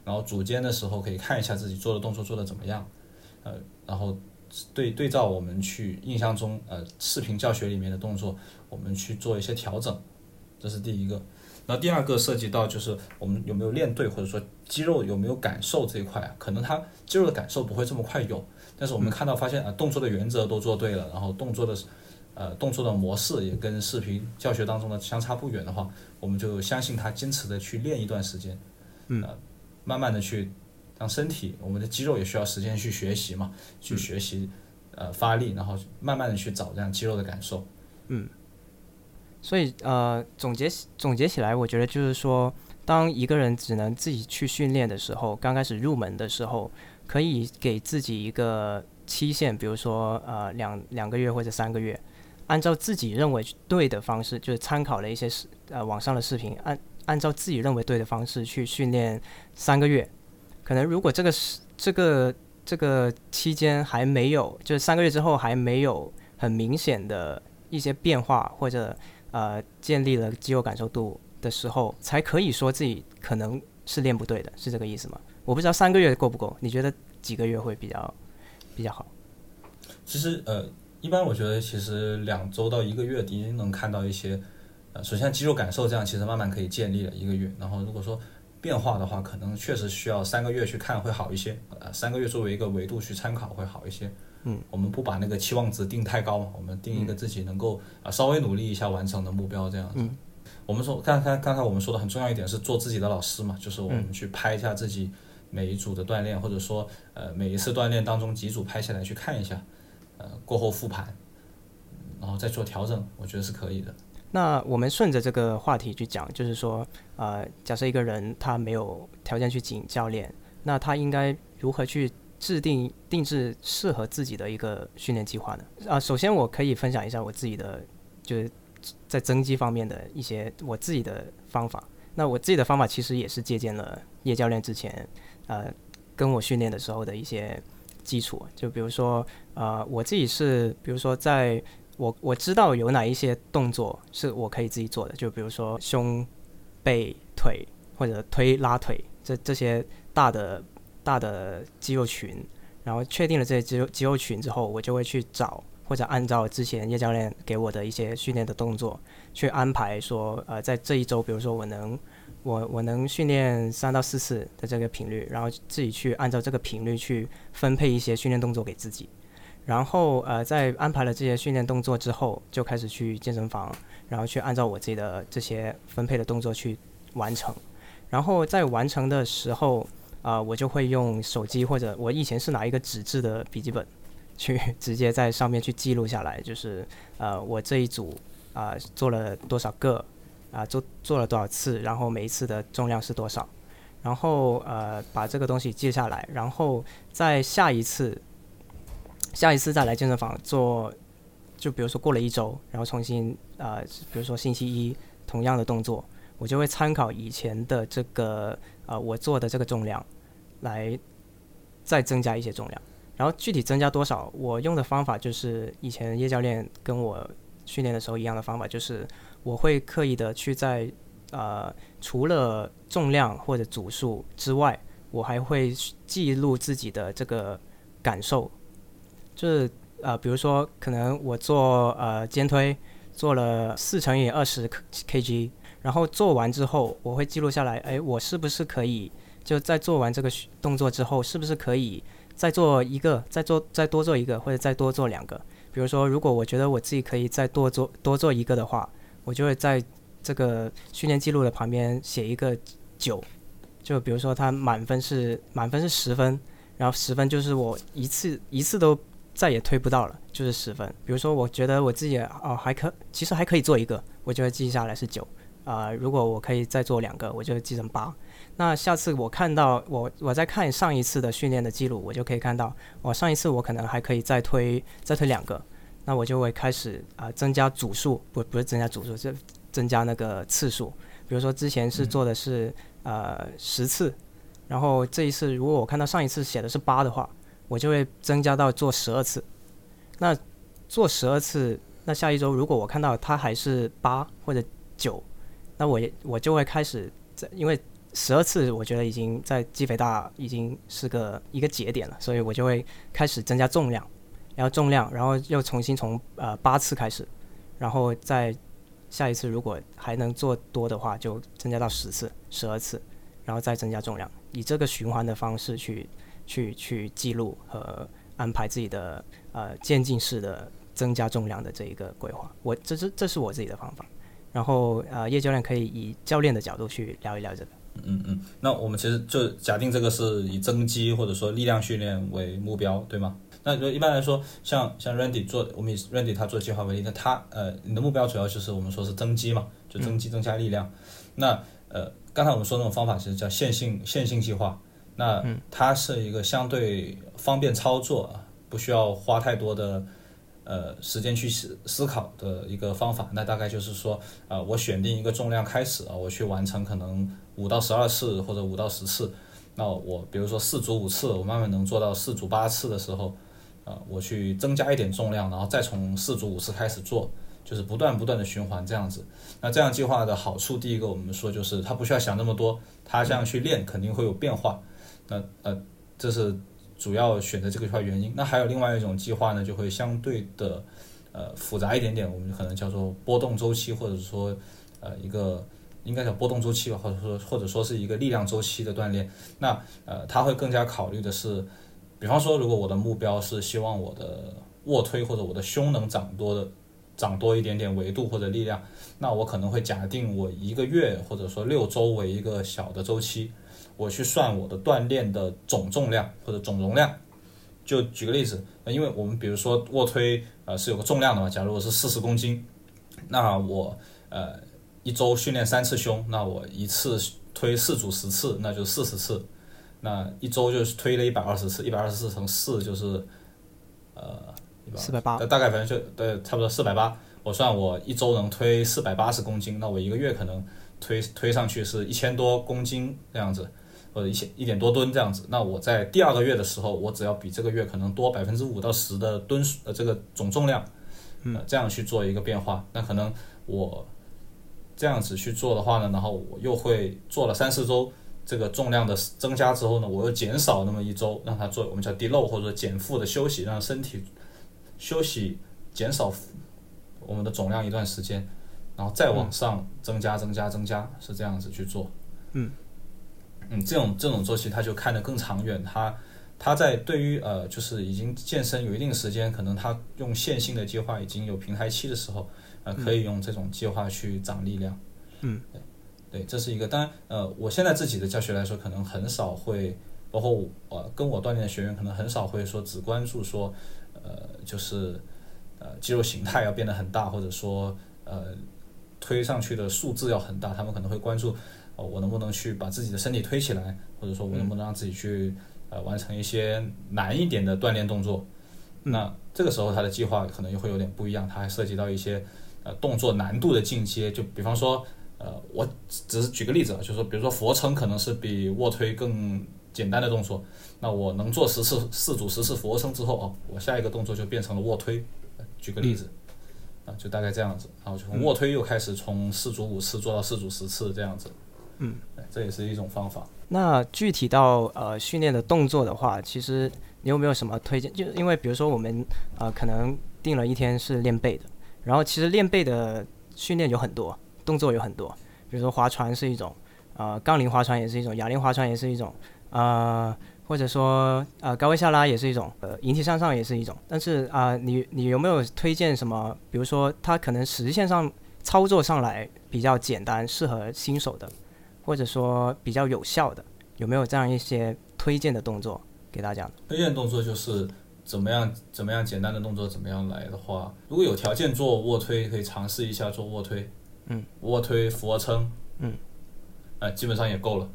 S1: 然后组间的时候可以看一下自己做的动作做的怎么样，然后对照我们去印象中视频教学里面的动作，我们去做一些调整，这是第一个。然后第二个涉及到就是我们有没有练对，或者说肌肉有没有感受这一块可能它肌肉的感受不会这么快有，但是我们发现动作的原则都做对了，然后动作的模式也跟视频教学当中的相差不远的话，我们就相信他坚持的去练一段时间，慢慢的去让身体，我们的肌肉也需要时间去学习嘛，去学习发力，然后慢慢的去找这样肌肉的感受。
S2: 所以总结起来，我觉得就是说，当一个人只能自己去训练的时候，刚开始入门的时候，可以给自己一个期限，比如说两个月或者3个月，按照自己认为对的方式，就是参考了一些网上的视频，按照自己认为对的方式去训练3个月。可能如果这个期间还没有，就是3个月之后还没有很明显的一些变化，或者建立了肌肉感受度的时候，才可以说自己可能是练不对的，是这个意思吗？我不知道3个月够不够，你觉得几个月会比较好？
S1: 其实一般我觉得其实2周到1个月已经能看到一些，首先肌肉感受这样其实慢慢可以建立了1个月，然后如果说变化的话，可能确实需要3个月去看会好一些，3个月作为一个维度去参考会好一些。我们不把那个期望值定太高嘛，我们定一个自己能够稍微努力一下完成的目标这样子。我们说刚才我们说的很重要一点是做自己的老师嘛，就是我们去拍一下自己每一组的锻炼，或者说每一次锻炼当中几组拍下来去看一下，过后复盘，然后再做调整，我觉得是可以的。
S2: 那我们顺着这个话题去讲，就是说假设一个人他没有条件去请教练，那他应该如何去定制适合自己的一个训练计划呢？首先我可以分享一下我自己的，就是在增肌方面的一些我自己的方法。那我自己的方法其实也是借鉴了叶教练之前跟我训练的时候的一些基础。就比如说我自己是，比如说我知道有哪一些动作是我可以自己做的，就比如说胸、背、腿或者推拉腿这些大的肌肉群，然后确定了这些肌肉群之后，我就会去找或者按照之前叶教练给我的一些训练的动作去安排说在这一周，比如说我能训练3到4次的这个频率，然后自己去按照这个频率去分配一些训练动作给自己。然后在安排了这些训练动作之后，就开始去健身房，然后去按照我自己的这些分配的动作去完成。然后在完成的时候我就会用手机，或者我以前是拿一个纸质的笔记本去直接在上面去记录下来，就是我这一组做了多少个做了多少次，然后每一次的重量是多少，然后把这个东西记下来，然后在下一次再来健身房做，就比如说过了1周，然后重新比如说星期一同样的动作，我就会参考以前的这个我做的这个重量来再增加一些重量。然后具体增加多少，我用的方法就是以前叶教练跟我训练的时候一样的方法，就是我会刻意的去在除了重量或者组数之外，我还会记录自己的这个感受，就是比如说可能我做肩推做了4×20kg，然后做完之后我会记录下来，我是不是可以就在做完这个动作之后，是不是可以再做一个，再多做一个，或者再多做2个。比如说如果我觉得我自己可以再多做一个的话，我就会在这个训练记录的旁边写一个9，就比如说它满分是10分，然后10分就是我一次都再也推不到了，就是10分。比如说我觉得我自己其实还可以做一个，我就会记下来是9。如果我可以再做2个，我就记成8。那下次我看到我在看上一次的训练的记录，我就可以看到上一次我可能还可以再推2个，那我就会开始增加组数，不是增加组数，是增加那个次数。比如说之前是做的是10次，然后这一次如果我看到上一次写的是8的话，我就会增加到做12次。那做12次，那下一周如果我看到它还是8或者9，那我就会开始因为 12次我觉得已经在肌肥大已经是一个节点了，所以我就会开始增加重量，然后又重新从8次开始，然后再下一次如果还能做多的话，就增加到10次、12次，然后再增加重量，以这个循环的方式去记录和安排自己的渐进式的增加重量的这一个规划。这是我自己的方法。然后叶教练可以以教练的角度去聊一聊这个。
S1: 那我们其实就假定这个是以增肌或者说力量训练为目标，对吗？那就一般来说，像 Randy 我们以 Randy 他做计划为例，那他你的目标主要就是我们说是增肌嘛，就增肌增加力量。那刚才我们说那种方法其实叫线性计划，那它是一个相对方便操作，不需要花太多的时间去思考的一个方法。那大概就是说我选定一个重量开始我去完成可能5到12次或者5到10次。那我比如说4组5次，我慢慢能做到4组8次的时候，我去增加一点重量，然后再从4组5次开始做，就是不断的循环这样子。那这样计划的好处，第一个我们说就是它不需要想那么多，它这样去练肯定会有变化。那这是主要选择这个计划原因。那还有另外一种计划呢，就会相对的复杂一点点，我们可能叫做波动周期，或者说一个应该叫波动周期吧，或者说是一个力量周期的锻炼。那它会更加考虑的是，比方说如果我的目标是希望我的卧推或者我的胸能长多一点点维度或者力量，那我可能会假定我1个月或者说6周为一个小的周期，我去算我的锻炼的总重量或者总容量。就举个例子，因为我们比如说卧推是有个重量的嘛，假如我是40公斤，那我一周训练3次胸，那我一次推4组10次，那就40次，那一周就是推了120次，124乘4就是
S2: 480，
S1: 大概反正就差不多480。我算我一周能推480公斤，那我1个月可能推上去是1000多公斤这样子，或者1点多吨这样子。那我在第2个月的时候，我只要比这个月可能多5%到10%的吨这个总重量，这样去做一个变化。那可能我这样子去做的话呢，然后我又会做了3-4周，这个重量的增加之后呢，我又减少那么1周，让它做我们叫 deload 或者减负的休息，让身体休息减少我们的总量一段时间，然后再往上增加，是这样子去做。这种周期它就看得更长远，它在对于就是已经健身有一定时间，可能它用线性的计划已经有平台期的时候，可以用这种计划去长力量。对，这是一个。当然我现在自己的教学来说，可能很少会，包括跟我锻炼的学员，可能很少会说只关注说就是肌肉形态要变得很大，或者说推上去的数字要很大，他们可能会关注我能不能去把自己的身体推起来，或者说我能不能让自己去完成一些难一点的锻炼动作。那这个时候他的计划可能又会有点不一样，它还涉及到一些动作难度的进阶。就比方说我只是举个例子就是说比如说俯卧撑可能是比卧推更简单的动作，那我能做4组10次俯卧撑之后我下一个动作就变成了卧推。举个例子就大概这样子，然后就从卧推又开始从4组5次做到4组10次这样子。这也是一种方法。
S2: 那具体到训练的动作的话，其实你有没有什么推荐？就因为比如说我们可能定了一天是练背的，然后其实练背的训练有很多，动作有很多，比如说划船是一种，杠铃划船也是一种，哑铃划船也是一种，或者说高位下拉也是一种，引体向上也是一种。但是你有没有推荐什么？比如说它可能实现上操作上来比较简单，适合新手的，或者说比较有效的，有没有这样一些推荐的动作给大家？
S1: 推荐动作就是怎么样简单的动作怎么样来的话，如果有条件做卧推，可以尝试一下做卧推。卧推、俯卧撑，基本上也够了。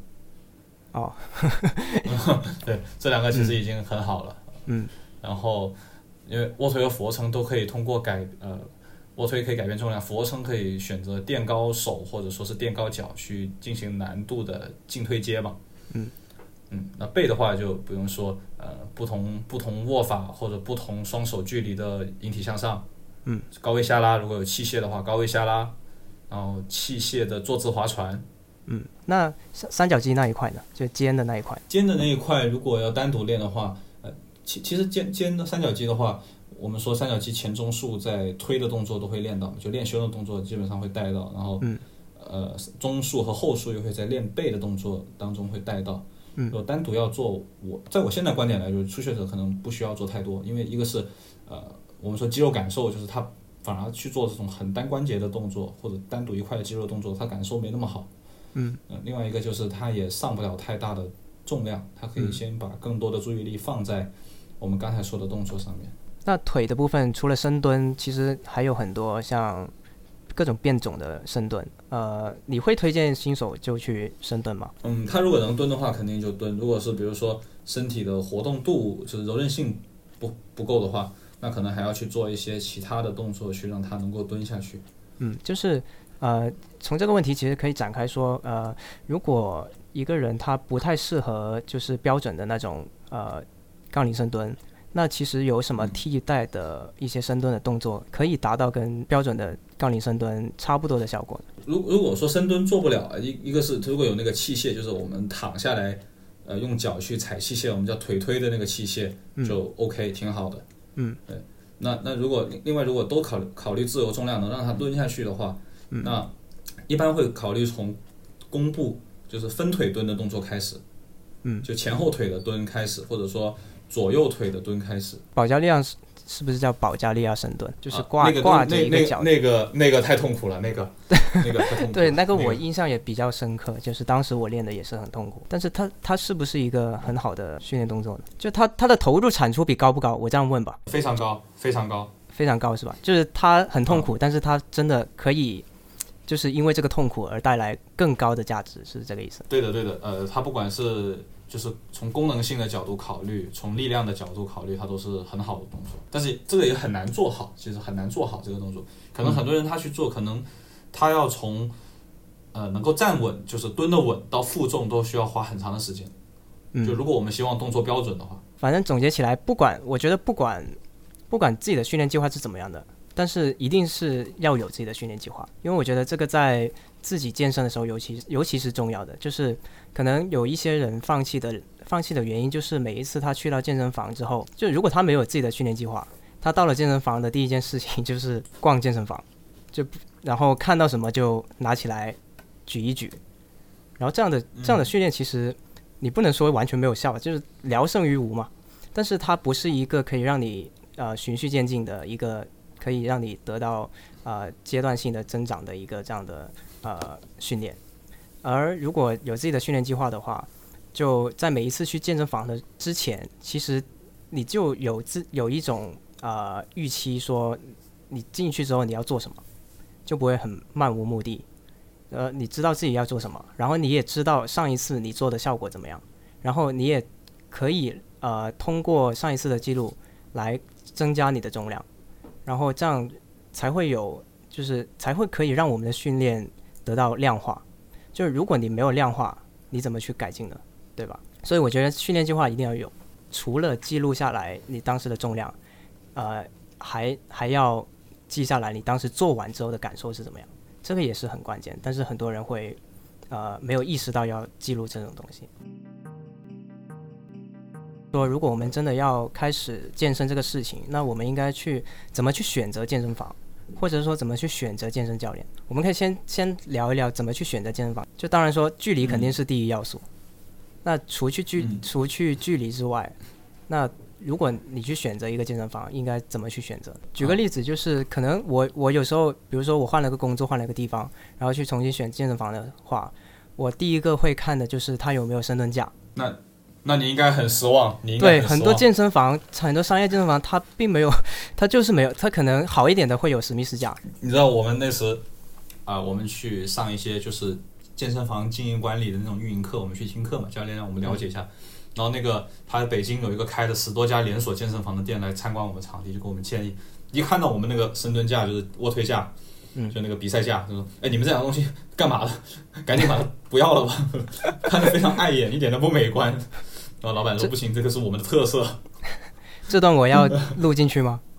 S1: 对，这2个其实已经很好了。然后因为卧推和俯卧撑都可以通过卧推可以改变重量，俯卧撑可以选择垫高手或者说是垫高脚去进行难度的进推接嘛。那背的话就不用说，不同握法或者不同双手距离的引体向上。高位下拉，如果有器械的话，高位下拉，然后器械的坐姿划船。
S2: 那三角肌那一块呢？就肩的那一块。
S1: 肩的那一块，如果要单独练的话，其实肩的三角肌的话，我们说三角肌前中束在推的动作都会练到，就练胸的动作基本上会带到，然后中束和后束又会在练背的动作当中会带到。如果单独要做，在我现在观点来说，初学者可能不需要做太多，因为一个是我们说肌肉感受，就是他反而去做这种很单关节的动作或者单独一块的肌肉动作，他感受没那么好。另外一个就是他也上不了太大的重量，他可以先把更多的注意力放在我们刚才说的动作上面。
S2: 那腿的部分除了深蹲，其实还有很多像各种变种的深蹲。你会推荐新手就去深蹲吗？
S1: 他如果能蹲的话肯定就蹲，如果是比如说身体的活动度就是柔韧性不够的话，那可能还要去做一些其他的动作去让他能够蹲下去。
S2: 就是从这个问题其实可以展开说，如果一个人他不太适合就是标准的那种杠铃深蹲，那其实有什么替代的一些深蹲的动作可以达到跟标准的杠铃深蹲差不多的效果呢？
S1: 如果说深蹲做不了，一个是如果有那个器械，就是我们躺下来用脚去踩器械，我们叫腿推的那个器械就 OK，挺好的。对。那如果另外如果都考虑自由重量能让他蹲下去的话，那一般会考虑从弓步就是分腿蹲的动作开始，就前后腿的蹲开始，或者说左右腿的蹲开始。
S2: 保加利亚是不是叫保加利亚深蹲？就是挂着一个脚。
S1: 那个太痛苦了，那个太痛苦了。
S2: 对，那个我印象也比较深刻，就是当时我练的也是很痛苦。但是它是不是一个很好的训练动作呢？就它的投入产出比高不高？我这样问吧。
S1: 非常高，非常高，
S2: 非常高是吧？就是它很痛苦，但是它真的可以。就是因为这个痛苦而带来更高的价值，是这个意思？
S1: 对的，它不管是就是从功能性的角度考虑，从力量的角度考虑，它都是很好的动作。但是这个也很难做好，其实很难做好这个动作。可能很多人他去做，可能他要从能够站稳，就是蹲得稳到负重都需要花很长的时间。就如果我们希望动作标准的话，
S2: 反正总结起来，我觉得不管自己的训练计划是怎么样的。但是一定是要有自己的训练计划，因为我觉得这个在自己健身的时候尤其是重要的。就是可能有一些人放弃的原因，就是每一次他去到健身房之后，就如果他没有自己的训练计划，他到了健身房的第一件事情就是逛健身房，然后看到什么就拿起来举一举，然后这样的训练其实你不能说完全没有效，就是聊胜于无嘛。但是它不是一个可以让你循序渐进的一个。可以让你得到阶段性的增长的一个这样的训练。而如果有自己的训练计划的话，就在每一次去健身房的之前，其实你就有一种预期，说你进去之后你要做什么，就不会很漫无目的。你知道自己要做什么，然后你也知道上一次你做的效果怎么样，然后你也可以通过上一次的记录来增加你的重量。然后这样才会可以让我们的训练得到量化。就是如果你没有量化，你怎么去改进呢？对吧？所以我觉得训练计划一定要有，除了记录下来你当时的重量，还要记下来你当时做完之后的感受是怎么样，这个也是很关键。但是很多人会没有意识到要记录这种东西。说如果我们真的要开始健身这个事情，那我们应该怎么去选择健身房，或者说怎么去选择健身教练。我们可以先聊一聊怎么去选择健身房。就当然说距离肯定是第一要素，那除去距离之外，那如果你去选择一个健身房，应该怎么去选择？举个例子，就是可能我有时候比如说我换了个工作，换了个地方，然后去重新选健身房的话，我第一个会看的就是它有没有深蹲架。
S1: 那你应该很失望。
S2: 对，很多健身房，很多商业健身房，它并没有，它就是没有，它可能好一点的会有史密斯架。
S1: 你知道我们那时我们去上一些就是健身房经营管理的那种运营课，我们去听课嘛，教练让我们了解一下。然后那个他北京有一个开了10多家连锁健身房的店来参观我们场地，就给我们建议，一看到我们那个深蹲架就是卧推架，就那个比赛架，就说你们这两个东西干嘛的？赶紧把它不要了吧，看着非常碍眼，一点都不美观。然后老板说不行，这个是我们的特色。
S2: 这段我要录进去吗？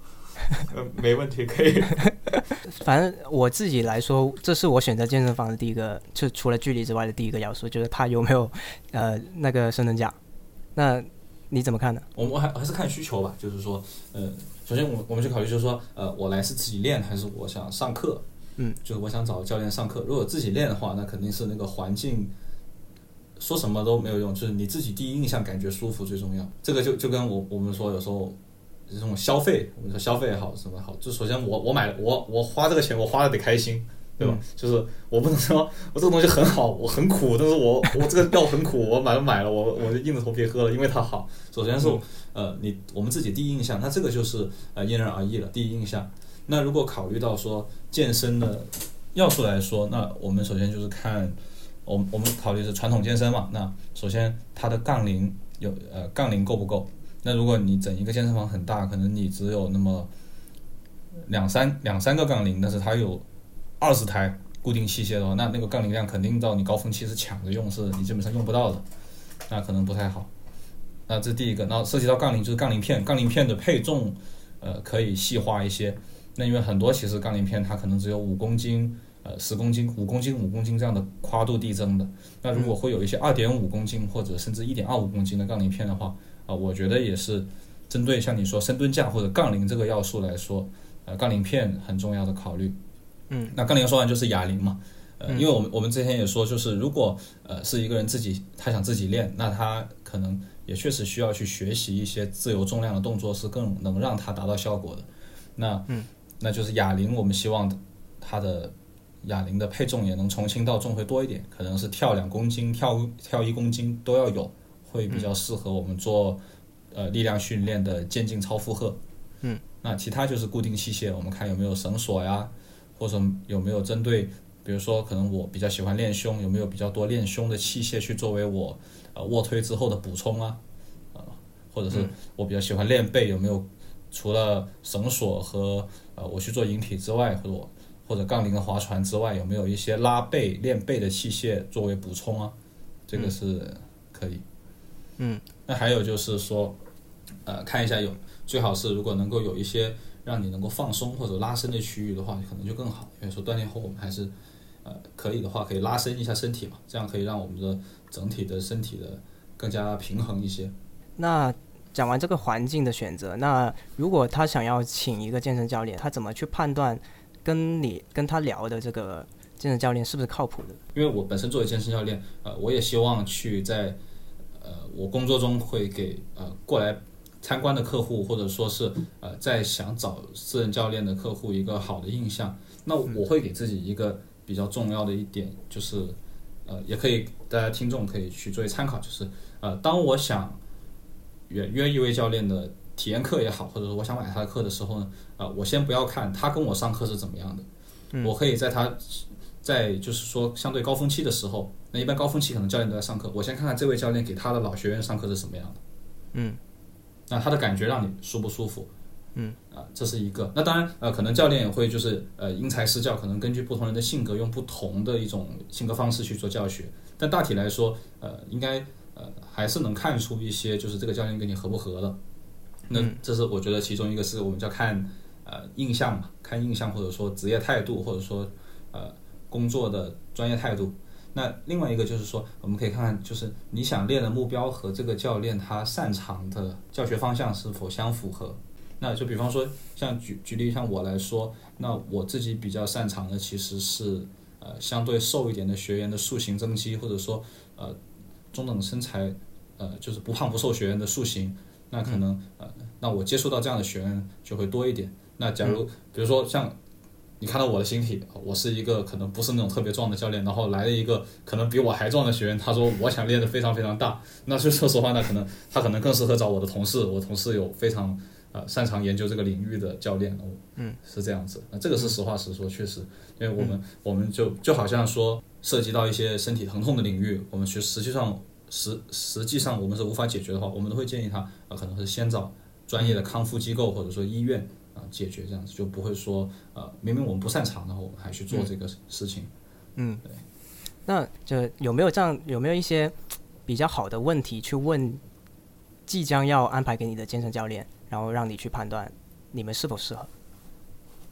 S1: 没问题，可以。
S2: 反正我自己来说，这是我选择健身房的第一个，就除了距离之外的第一个要素，就是它有没有那个深蹲架。那你怎么看呢？
S1: 我们还是看需求吧，就是说，首先我们去考虑就是说，我来是自己练还是我想上课，就是我想找教练上课。如果自己练的话，那肯定是那个环境。说什么都没有用，就是你自己第一印象感觉舒服最重要。这个就跟我们说，有时候这种消费，我们说消费也好，什么好，就首先我买我花这个钱，我花的得开心，对吧？就是我不能说我这个东西很好，我很苦，但是我这个药很苦，我买了，我就硬着头皮喝了，因为它好。首先是我们自己第一印象，那这个就是因人而异了，第一印象。那如果考虑到说健身的要素来说，那我们首先就是看。我们考虑是传统健身嘛，那首先它的杠铃杠铃够不够？那如果你整一个健身房很大，可能你只有那么两三个杠铃，但是它有20台固定器械的话，那个杠铃量肯定到你高峰期是抢着用，是你基本上用不到的，那可能不太好。那这是第一个，然后涉及到杠铃就是杠铃片的配重，可以细化一些。那因为很多其实杠铃片它可能只有5公斤。10公斤、5公斤、5公斤这样的跨度递增的，那如果会有一些2.5公斤或者甚至1.25公斤的杠铃片的话，我觉得也是针对像你说深蹲架或者杠铃这个要素来说，杠铃片很重要的考虑。那杠铃说完就是哑铃嘛，因为我们之前也说，就是如果是一个人他想自己练，那他可能也确实需要去学习一些自由重量的动作，是更能让他达到效果的。那就是哑铃，我们希望他的哑铃的配重也能从轻到重会多一点，可能是跳2公斤、跳1公斤都要有，会比较适合我们做力量训练的渐进超负荷。那其他就是固定器械，我们看有没有绳索呀，或者有没有针对，比如说可能我比较喜欢练胸，有没有比较多练胸的器械去作为我卧推之后的补充啊，或者是我比较喜欢练背，有没有除了绳索和我去做引体之外，或者杠铃的划船之外，有没有一些拉背练背的器械作为补充啊？这个是可以。那还有就是说，看一下最好是如果能够有一些让你能够放松或者拉伸的区域的话，可能就更好。因为说锻炼后我们还是可以的话，可以拉伸一下身体嘛，这样可以让我们的整体的身体的更加平衡一些。
S2: 那讲完这个环境的选择，那如果他想要请一个健身教练，他怎么去判断跟他聊的这个健身教练是不是靠谱的？
S1: 因为我本身作为健身教练，我也希望去在我工作中会给过来参观的客户，或者说是在想找私人教练的客户一个好的印象。那我会给自己一个比较重要的一点，就是也可以大家听众可以去作为参考，就是当我想约一位教练的体验课也好，或者说我想买他的课的时候呢，我先不要看他跟我上课是怎么样的，我可以在就是说相对高峰期的时候，那一般高峰期可能教练都在上课，我先看看这位教练给他的老学员上课是什么样的，那他的感觉让你舒不舒服，这是一个。那当然可能教练也会就是因材施教，可能根据不同人的性格，用不同的一种性格方式去做教学，但大体来说应该还是能看出一些就是这个教练跟你合不合的。那这是我觉得其中一个是我们叫看印象嘛，看印象或者说职业态度，或者说工作的专业态度。那另外一个就是说，我们可以看看就是你想练的目标和这个教练他擅长的教学方向是否相符合。那就比方说像举例，像我来说，那我自己比较擅长的其实是相对瘦一点的学员的塑形增肌，或者说中等身材就是不胖不瘦学员的塑形。那可能那我接触到这样的学员就会多一点。那假如比如说像你看到我的形体，我是一个可能不是那种特别壮的教练，然后来了一个可能比我还壮的学员，他说我想练得非常非常大，那就说实话，那他可能更适合找我的同事，我同事有非常擅长研究这个领域的教练，是这样子。那这个是实话实说，确实，因为我们就好像说涉及到一些身体疼痛的领域，我们实际上我们是无法解决的话，我们都会建议他可能是先找专业的康复机构或者说医院解决，这样子就不会说明明我们不擅长，然后我们还去做这个事情。对。
S2: 那就有没有一些比较好的问题去问即将要安排给你的健身教练，然后让你去判断你们是否适合？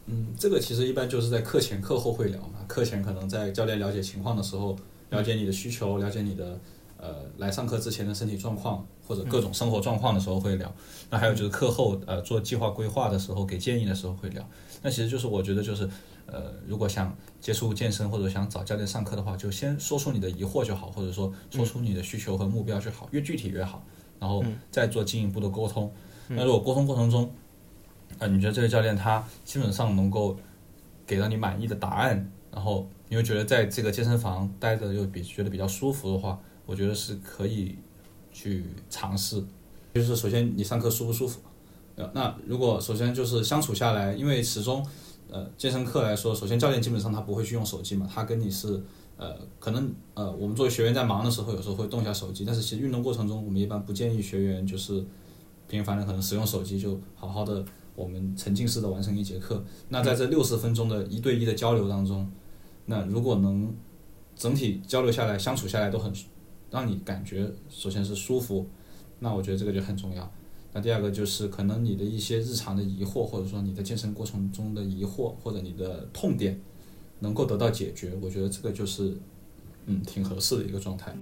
S1: 这个其实一般就是在课前课后会聊嘛。课前可能在教练了解情况的时候，了解你的需求，了解你的来上课之前的身体状况或者各种生活状况的时候会聊。那还有就是课后做计划规划的时候给建议的时候会聊。那其实就是我觉得就是如果想接触健身或者想找教练上课的话，就先说出你的疑惑就好，或者说说出你的需求和目标就好，越具体越好，然后再做进一步的沟通。那如果沟通过程中你觉得这个教练他基本上能够给到你满意的答案，然后你会觉得在这个健身房待着又觉得比较舒服的话，我觉得是可以去尝试。就是首先你上课舒不舒服，那如果首先就是相处下来，因为始终健身课来说，首先教练基本上他不会去用手机嘛，他跟你是可能我们作为学员在忙的时候有时候会动一下手机，但是其实运动过程中我们一般不建议学员就是频繁的可能使用手机，就好好的我们沉浸式的完成一节课。那在这60分钟的1对1的交流当中，那如果能整体交流下来相处下来都很让你感觉首先是舒服，那我觉得这个就很重要。那第二个就是可能你的一些日常的疑惑，或者说你的健身过程中的疑惑或者你的痛点能够得到解决，我觉得这个就是挺合适的一个状态。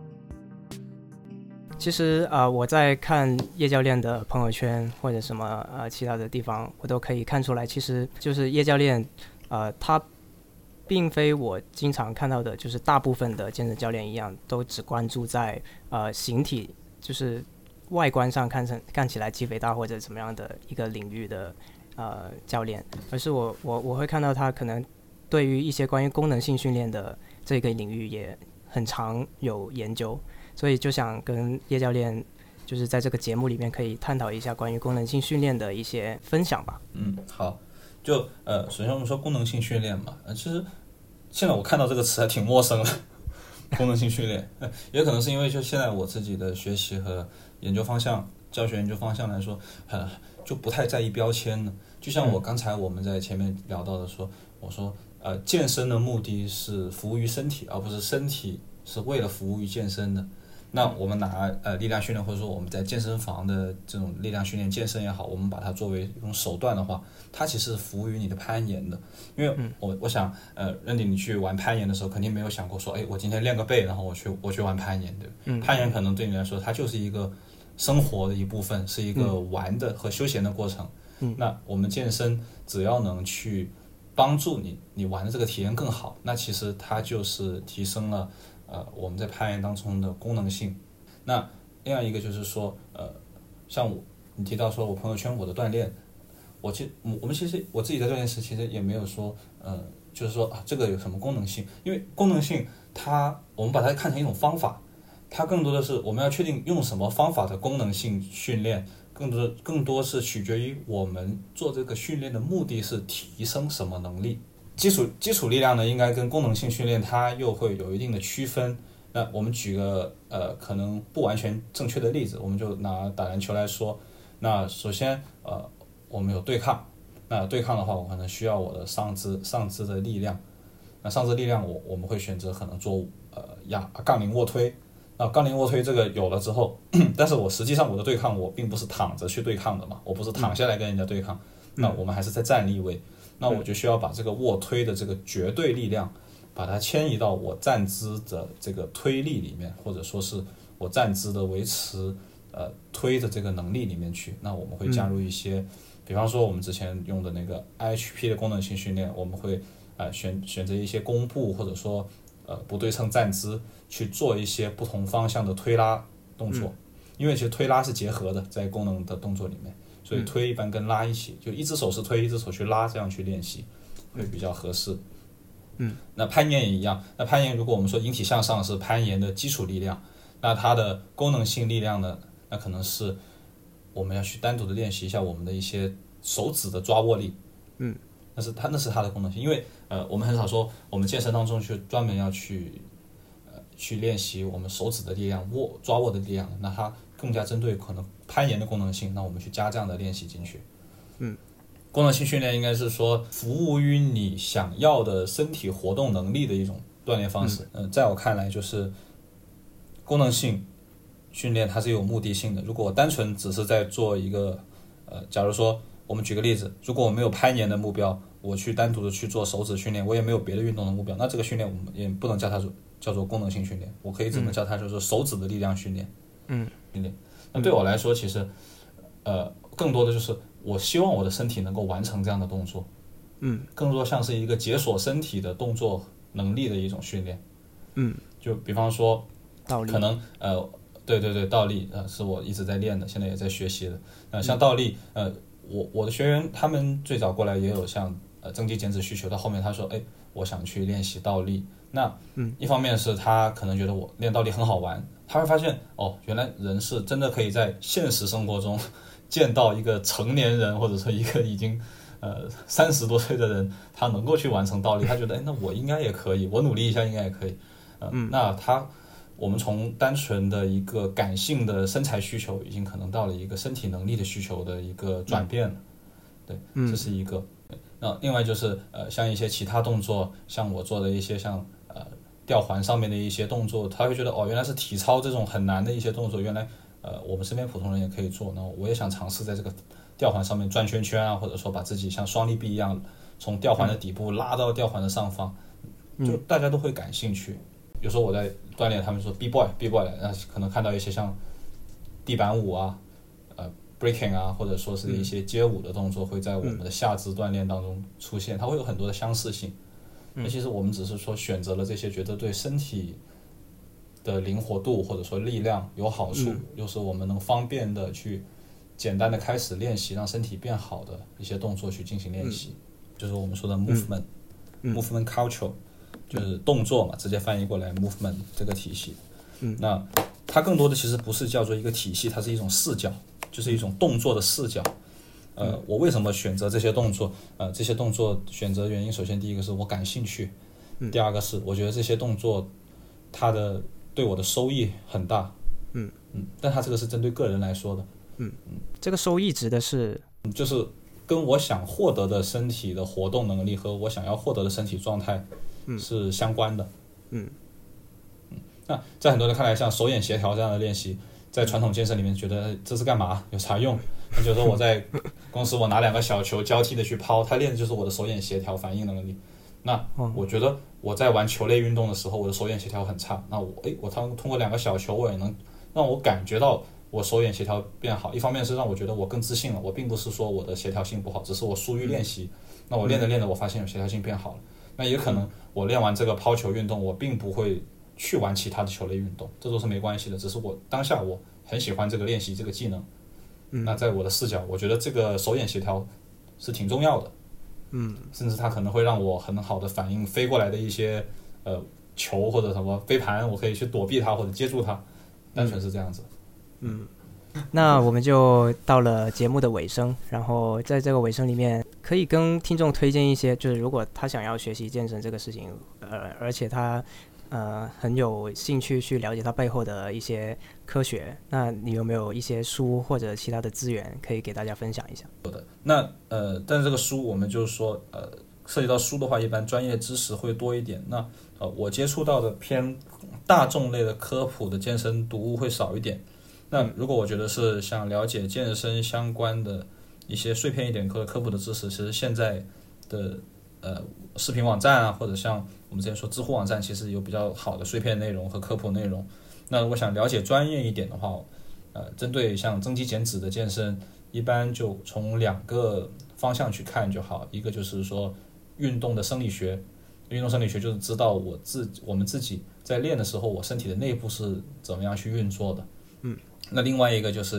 S2: 其实我在看叶教练的朋友圈或者什么其他的地方，我都可以看出来，其实就是叶教练他并非我经常看到的，就是大部分的健身教练一样，都只关注在形体，就是外观上看起来肌肥大或者怎么样的一个领域的教练，而是我会看到他可能对于一些关于功能性训练的这个领域也很常有研究，所以就想跟叶教练就是在这个节目里面可以探讨一下关于功能性训练的一些分享吧。
S1: 好，就首先我们说功能性训练嘛，其实现在我看到这个词还挺陌生的，功能性训练，也可能是因为就现在我自己的学习和研究方向、教学研究方向来说，就不太在意标签了。就像我刚才我们在前面聊到的说，我说健身的目的是服务于身体，而不是身体是为了服务于健身的。那我们拿力量训练，或者说我们在健身房的这种力量训练、健身也好，我们把它作为一种手段的话，它其实是服务于你的攀岩的。因为我想Randy 你去玩攀岩的时候，肯定没有想过说，我今天练个背，然后我去玩攀岩，对吧？攀岩可能对你来说，它就是一个生活的一部分，是一个玩的和休闲的过程。那我们健身只要能去帮助你玩的这个体验更好，那其实它就是提升了我们在攀岩当中的功能性。那另外一个就是说像你提到说我朋友圈我的锻炼，我们其实我自己在锻炼时其实也没有说就是说这个有什么功能性，因为功能性我们把它看成一种方法，它更多的是我们要确定用什么方法的功能性训练，更多是取决于我们做这个训练的目的是提升什么能力。基础力量呢，应该跟功能性训练它又会有一定的区分。那我们举个可能不完全正确的例子，我们就拿打篮球来说。那首先我们有对抗，那对抗的话，我可能需要我的上肢的力量。那上肢力量我们会选择可能做杠铃卧推。那杠铃卧推这个有了之后，但是我实际上我的对抗我并不是躺着去对抗的嘛，我不是躺下来跟人家对抗，那我们还是在站立位。那我就需要把这个卧推的这个绝对力量把它迁移到我站姿的这个推力里面，或者说是我站姿的维持推的这个能力里面去。那我们会加入一些比方说我们之前用的那个 IHP 的功能性训练，我们会选择一些弓步或者说不对称站姿去做一些不同方向的推拉动作。因为其实推拉是结合的，在功能的动作里面，所以推一般跟拉一起，就一只手是推，一只手去拉，这样去练习会比较合适。那攀岩也一样。那攀岩如果我们说引体向上是攀岩的基础力量，那它的功能性力量呢，那可能是我们要去单独的练习一下我们的一些手指的抓握力。那是它的功能性。因为我们很少说我们健身当中去专门要去练习我们手指的力量、抓握的力量，那它更加针对可能攀岩的功能性，那我们去加这样的练习进去。功能性训练应该是说服务于你想要的身体活动能力的一种锻炼方式。在我看来就是功能性训练它是有目的性的。如果我单纯只是在做一个假如说我们举个例子，如果我没有攀岩的目标， 我去单独的去做手指训练，我也没有别的运动的目标，那这个训练我们也不能叫做功能性训练，我可以只能叫它就是手指的力量训练。训练。那对我来说，其实更多的就是我希望我的身体能够完成这样的动作，更多像是一个解锁身体的动作能力的一种训练。就比方说
S2: 倒立，
S1: 可能对，倒立是我一直在练的，现在也在学习的。像倒立，我的学员他们最早过来也有像增肌减脂需求，到后面他说，哎，我想去练习倒立。那一方面是他可能觉得我练倒立很好玩，他会发现哦，原来人是真的可以在现实生活中见到一个成年人，或者说一个已经30多岁的人，他能够去完成倒立，他觉得哎，那我应该也可以，我努力一下应该也可以。那我们从单纯的一个感性的身材需求，已经可能到了一个身体能力的需求的一个转变了。对，这是一个。那另外就是像一些其他动作，像我做的一些像吊环上面的一些动作，他会觉得哦，原来是体操这种很难的一些动作，原来我们身边普通人也可以做。那我也想尝试在这个吊环上面转圈圈啊，或者说把自己像双力臂一样，从吊环的底部拉到吊环的上方，就大家都会感兴趣。有时候我在锻炼，他们说 B-boy， 然后可能看到一些像地板舞啊、breaking 啊，或者说是一些街舞的动作，会在我们的下肢锻炼当中出现，它会有很多的相似性。那其实我们只是说选择了这些觉得对身体的灵活度或者说力量有好处，又是我们能方便的去简单的开始练习，让身体变好的一些动作去进行练习，就是我们说的 movement culture。就是动作嘛，直接翻译过来 movement 这个体系。那它更多的其实不是叫做一个体系，它是一种视角，就是一种动作的视角。我为什么选择这些动作？这些动作选择原因，首先第一个是我感兴趣，第二个是我觉得这些动作它的对我的收益很大。但它这个是针对个人来说的。
S2: 这个收益指的是
S1: 就是跟我想获得的身体的活动能力和我想要获得的身体状态是相关的。那在很多人看来，像手眼协调这样的练习，在传统健身里面觉得这是干嘛？有啥用？那就是说我在公司我拿2个小球交替的去抛，它练的就是我的手眼协调反应能力。那我觉得我在玩球类运动的时候，我的手眼协调很差。那我通过2个小球，我也能让我感觉到我手眼协调变好。一方面是让我觉得我更自信了，我并不是说我的协调性不好，只是我疏于练习。那我练着，我发现我协调性变好了。那也可能我练完这个抛球运动，我并不会去玩其他的球类运动，这都是没关系的，只是我当下我很喜欢这个练习这个技能。那在我的视角，我觉得这个手眼协调是挺重要的。甚至它可能会让我很好的反应飞过来的一些球或者什么飞盘，我可以去躲避它或者接住它，单纯是这样子。
S2: 那我们就到了节目的尾声，然后在这个尾声里面，可以跟听众推荐一些，就是如果他想要学习健身这个事情，而且他很有兴趣去了解它背后的一些科学，那你有没有一些书或者其他的资源可以给大家分享一下？
S1: 有的。那但是这个书我们就是说涉及到书的话，一般专业知识会多一点。那我接触到的偏大众类的科普的健身读物会少一点。那如果我觉得是想了解健身相关的一些碎片一点科普的知识，其实现在的视频网站啊，或者像我们之前说知乎网站，其实有比较好的碎片内容和科普内容。那如果想了解专业一点的话，针对像增肌减脂的健身，一般就从2个方向去看就好。一个就是说运动的生理学，运动生理学就是知道我们自己在练的时候，我身体的内部是怎么样去运作的。那另外一个就是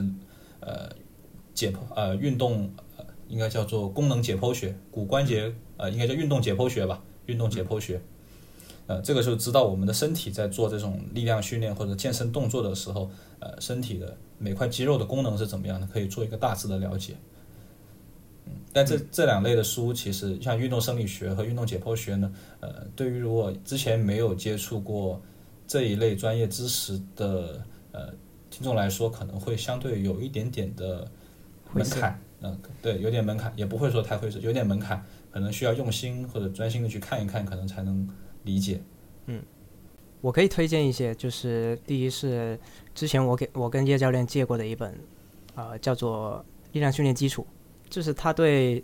S1: 运动应该叫做功能解剖学，骨关节应该叫运动解剖学吧，运动解剖学。这个就知道我们的身体在做这种力量训练或者健身动作的时候，身体的每块肌肉的功能是怎么样的，可以做一个大致的了解。但这2类的书，其实像运动生理学和运动解剖学呢，对于如果之前没有接触过这一类专业知识的听众来说，可能会相对有一点点的门槛。对，有点门槛，也不会说太晦涩，有点门槛，可能需要用心或者专心的去看一看，可能才能理解。
S2: 我可以推荐一些，就是第一是之前我跟叶教练借过的一本叫做《力量训练基础》，就是他对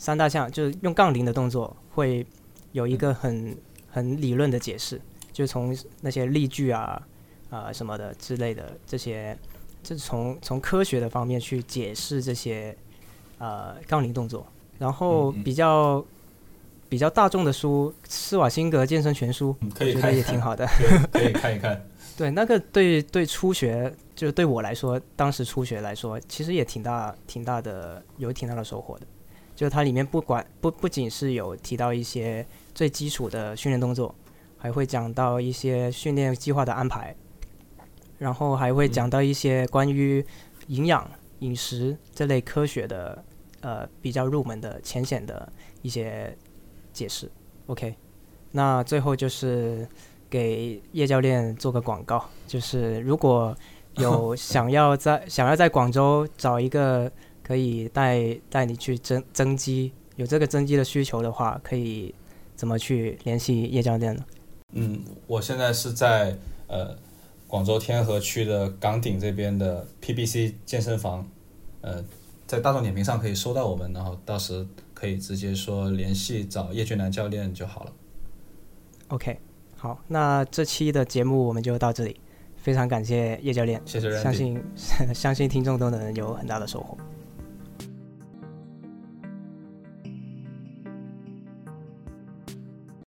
S2: 三大项，就是用杠铃的动作会有一个很理论的解释，就从那些例句什么的之类的这些，就是从科学的方面去解释这些杠铃动作。然后比较大众的书，施瓦辛格健身全书，
S1: 可以看一看，
S2: 我觉得也挺好的，
S1: 可以看一看。
S2: 对，那个对初学，就是对我来说，当时初学来说，其实也挺大的，有挺大的收获的。就是它里面不仅是有提到一些最基础的训练动作，还会讲到一些训练计划的安排，然后还会讲到一些关于营养、饮食这类科学的比较入门的浅显的一些解释。 OK， 那最后就是给叶教练做个广告，就是如果有想要在广州找一个可以带你去增肌，有这个增肌的需求的话，可以怎么去联系叶教练呢？
S1: 我现在是在广州天河区的岗顶这边的 PBC 健身房，在大众点评上可以搜到我们，然后到时可以直接说联系找叶俊南教练就好了。
S2: OK， 好，那这期的节目我们就到这里，非常感谢叶教练，
S1: 谢谢 Randy，
S2: 相信听众都能有很大的收获。